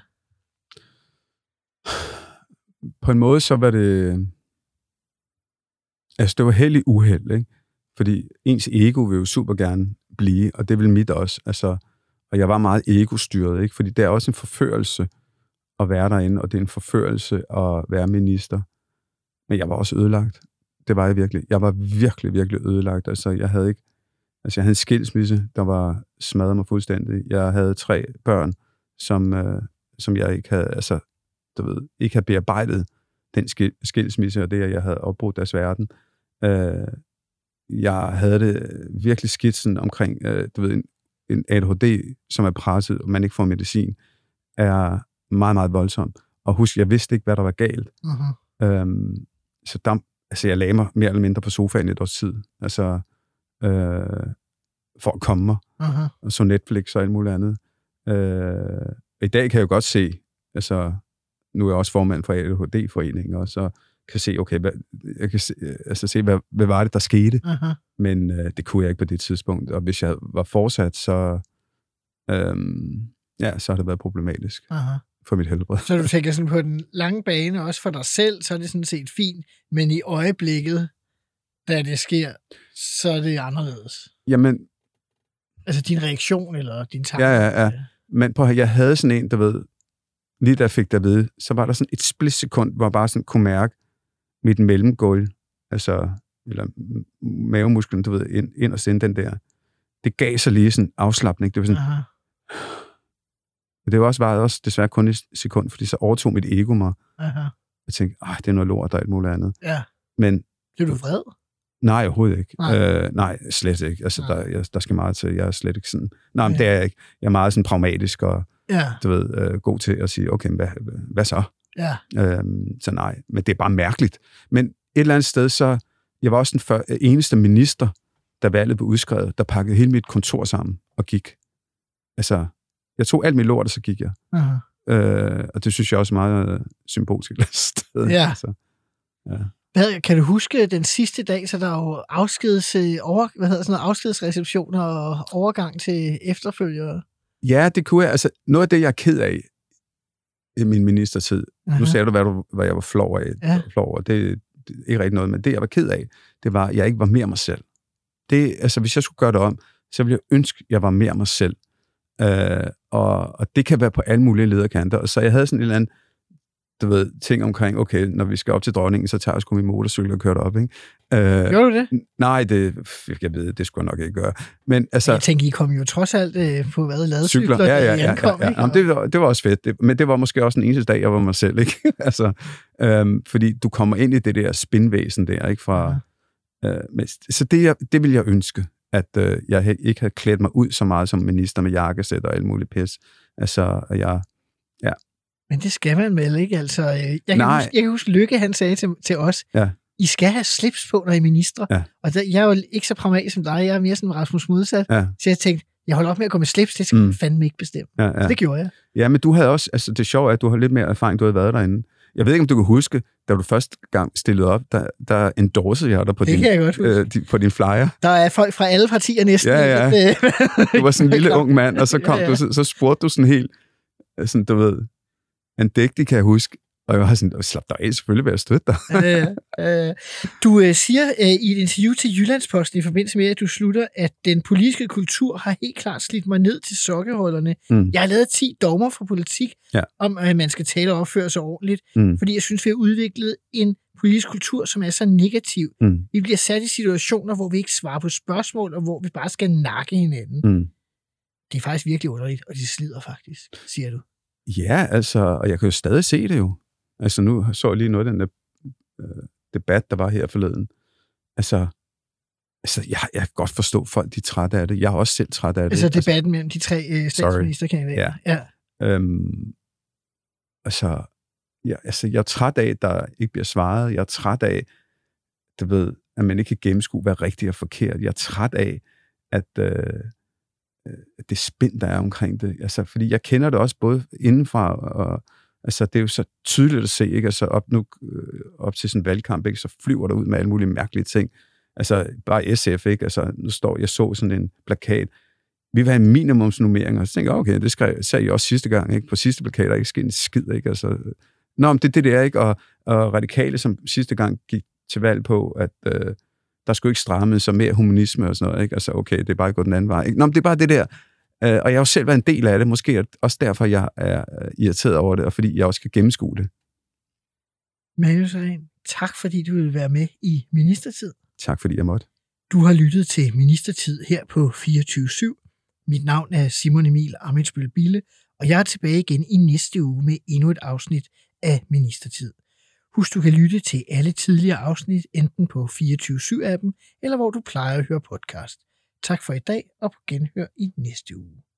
På en måde, så var det... Altså, det var held i uheld, ikke? Fordi ens ego vil jo super gerne blive, og det vil mit også. Altså, og jeg var meget egostyret, ikke? Fordi det er også en forførelse at være derinde, og det er en forførelse at være minister. Men jeg var også ødelagt. Det var jeg virkelig. Jeg var virkelig, virkelig ødelagt. Altså, jeg havde ikke... Altså, jeg havde en skilsmisse, der var smadret mig fuldstændig. Jeg havde tre børn, som, øh, som jeg ikke havde... Altså, du ved, ikke havde bearbejdet den skilsmisse, og det, at jeg havde opbrudt deres verden. Øh, jeg havde det virkelig skidt sådan omkring, øh, du ved, en, en A D H D, som er presset, og man ikke får medicin, er meget, meget voldsom. Og husk, jeg vidste ikke, hvad der var galt. Uh-huh. Øhm, så der, altså, jeg lagde mig mere eller mindre på sofaen et års tid, altså, øh, for at komme mig. Uh-huh. Og så Netflix og alt muligt andet. Øh, I dag kan jeg jo godt se, altså, nu er jeg også formand for A D H D-foreningen, og så kan se, okay, hvad, jeg kan se, altså se, hvad, hvad var det, der skete? Uh-huh. Men øh, det kunne jeg ikke på det tidspunkt, og hvis jeg var fortsat, så, øhm, ja, så har det været problematisk uh-huh. for mit helbred. Så du tænker sådan på den lange bane, også for dig selv, så er det sådan set fint, men i øjeblikket, da det sker, så er det anderledes. Jamen... Altså din reaktion, eller din tanke? Ja, ja, ja. Men prøv at jeg havde sådan en, der ved, lige da jeg fik det at vide, så var der sådan et splitsekund, hvor jeg bare sådan kunne mærke mit mellemgulv, altså, eller mavemusklen, du ved, ind, ind og sende den der. Det gav sig lige sådan afslapning. Det var sådan... Aha. Det var også, var også desværre kun et sekund, fordi så overtog mit ego mig. Aha. Jeg tænkte, ej, det er noget lort, der er alt muligt andet. Ja. Men... Blev du vred? Nej, overhovedet ikke. Nej, øh, nej slet ikke. Altså, der, jeg, der skal meget til. Jeg er slet ikke sådan... Nej, men ja. Det er jeg ikke. Jeg er meget sådan pragmatisk, og Ja. du ved, øh, god til at sige, okay, hvad, hvad så? Ja. Øhm, så nej, men det er bare mærkeligt. Men et eller andet sted, så, jeg var også den før, eneste minister, der valget blev udskrevet, der pakkede hele mit kontor sammen og gik. Altså, jeg tog alt mit lort, og så gik jeg. Uh-huh. Øh, og det synes jeg også er meget øh, symbolsk et sted. Ja. Altså, ja. Hvad, kan du huske den sidste dag, så der er jo afskeds, over, hvad hedder sådan noget, afskedsreceptioner og overgang til efterfølgere? Ja, det kunne jeg. Altså, noget af det, jeg er ked af i min ministertid, uh-huh. nu sagde du, hvad, du, hvad jeg var flov af. Ja. Flov over. Det, det er ikke rigtig noget, men det, jeg var ked af, det var, at jeg ikke var mere mig selv. Det, altså, hvis jeg skulle gøre det om, så ville jeg ønske, at jeg var mere mig selv. Øh, og, og det kan være på alle mulige lederkanter. Og så jeg havde sådan en eller anden, du ved, ting omkring, okay, når vi skal op til dronningen, så tager jeg sgu min motorcykel og kører det op, ikke? Øh, Gjorde du det? Nej, det, jeg ved, det skulle jeg nok ikke gøre. Men altså... Jeg tænker, I kom jo trods alt øh, på hvad, ladecykler, ja, ja, da I ja, ankom, ja, ja. ikke? Jamen, det, var, det var også fedt, det, men det var måske også den eneste dag, jeg var mig selv, ikke? altså, øhm, fordi du kommer ind i det der spinvæsen der, ikke? Fra, ja. øh, men, så det, jeg, det vil jeg ønske, at øh, jeg ikke havde klædt mig ud så meget som minister med jakkesæt og alt muligt pis. Altså, jeg... Ja. Men det skal man vel ikke, altså. Jeg kan, huske, jeg kan huske, Lykke, han sagde til, til os, ja. I skal have slips på, når I er ministre. Ja. Og der, jeg er jo ikke så pragmatisk som dig, jeg er mere sådan Rasmus modsat. Ja. Så jeg tænkte, jeg holder op med at gå med slips, det skal mm. fandme ikke bestemme. Ja, ja. Så det gjorde jeg. Ja, men du havde også, altså det sjove er, at du har lidt mere erfaring, du havde været derinde. Jeg ved ikke, om du kan huske, da du første gang stillede op, der, der endorsede jeg dig på, din, øh, på din flyer. Der er folk fra alle partier næsten. Ja, ja. Du var sådan en lille ung mand, og så kom ja, ja. du, så, så spurgte du sådan helt, sådan, du ved, andægtig, kan jeg huske. Og jeg var sådan, slap dig af, selvfølgelig vil jeg støtte dig. øh, øh, du øh, siger øh, i et interview til Jyllandsposten i forbindelse med, at du slutter, at den politiske kultur har helt klart slidt mig ned til sokkeholderne. Mm. Jeg har lavet ti dogmer fra politik, ja. om at man skal tale og opføre sig ordentligt, mm. fordi jeg synes, vi har udviklet en politisk kultur, som er så negativ. Mm. Vi bliver sat i situationer, hvor vi ikke svarer på spørgsmål, og hvor vi bare skal nakke hinanden. Mm. Det er faktisk virkelig underligt, og det slider faktisk, siger du. Ja, altså, og jeg kan jo stadig se det jo. Altså, nu så jeg lige noget af den der øh, debat, der var her forleden. Altså, altså jeg, jeg kan godt forstå folk, de er trætte af det. Jeg er også selv træt af det. Altså, debatten altså, mellem de tre øh, statsministerkandidater. Ja. ja. Øhm, altså, ja, altså, jeg er træt af, at der ikke bliver svaret. Jeg er træt af, du ved, at man ikke kan gennemskue, hvad rigtigt og forkert. Jeg er træt af, at øh, det spind, der er omkring det. Altså, fordi jeg kender det også både indenfra og altså, det er jo så tydeligt at se, ikke? Altså, op, nu, øh, op til sådan en valgkamp, ikke? Så flyver der ud med alle mulige mærkelige ting. Altså, bare S F, ikke? Altså, nu står jeg så sådan en plakat. Vi vil have minimumsnummeringer. Og så tænker jeg, okay, det skrev, sagde jeg også sidste gang, ikke? På sidste plakat er ikke sket en skid, ikke? Altså, nå, men det er det der, ikke? Og, og radikale, som sidste gang gik til valg på, at øh, der skulle ikke stramme så mere humanisme og sådan noget, ikke? Altså, okay, det er bare gået den anden vej, ikke? Nå, men det er bare det der. Uh, og jeg har jo selv været en del af det, måske også derfor, jeg er irriteret over det, og fordi jeg også kan gennemskue det. Manu Sareen, tak fordi du ville være med i Ministertid. Tak fordi jeg måtte. Du har lyttet til Ministertid her på fireogtyve syv. Mit navn er Simon Emil Amitsbøl Bille, og jeg er tilbage igen i næste uge med endnu et afsnit af Ministertid. Husk, du kan lytte til alle tidligere afsnit, enten på fireogtyve syv appen, eller hvor du plejer at høre podcast. Tak for i dag, og på genhør i næste uge.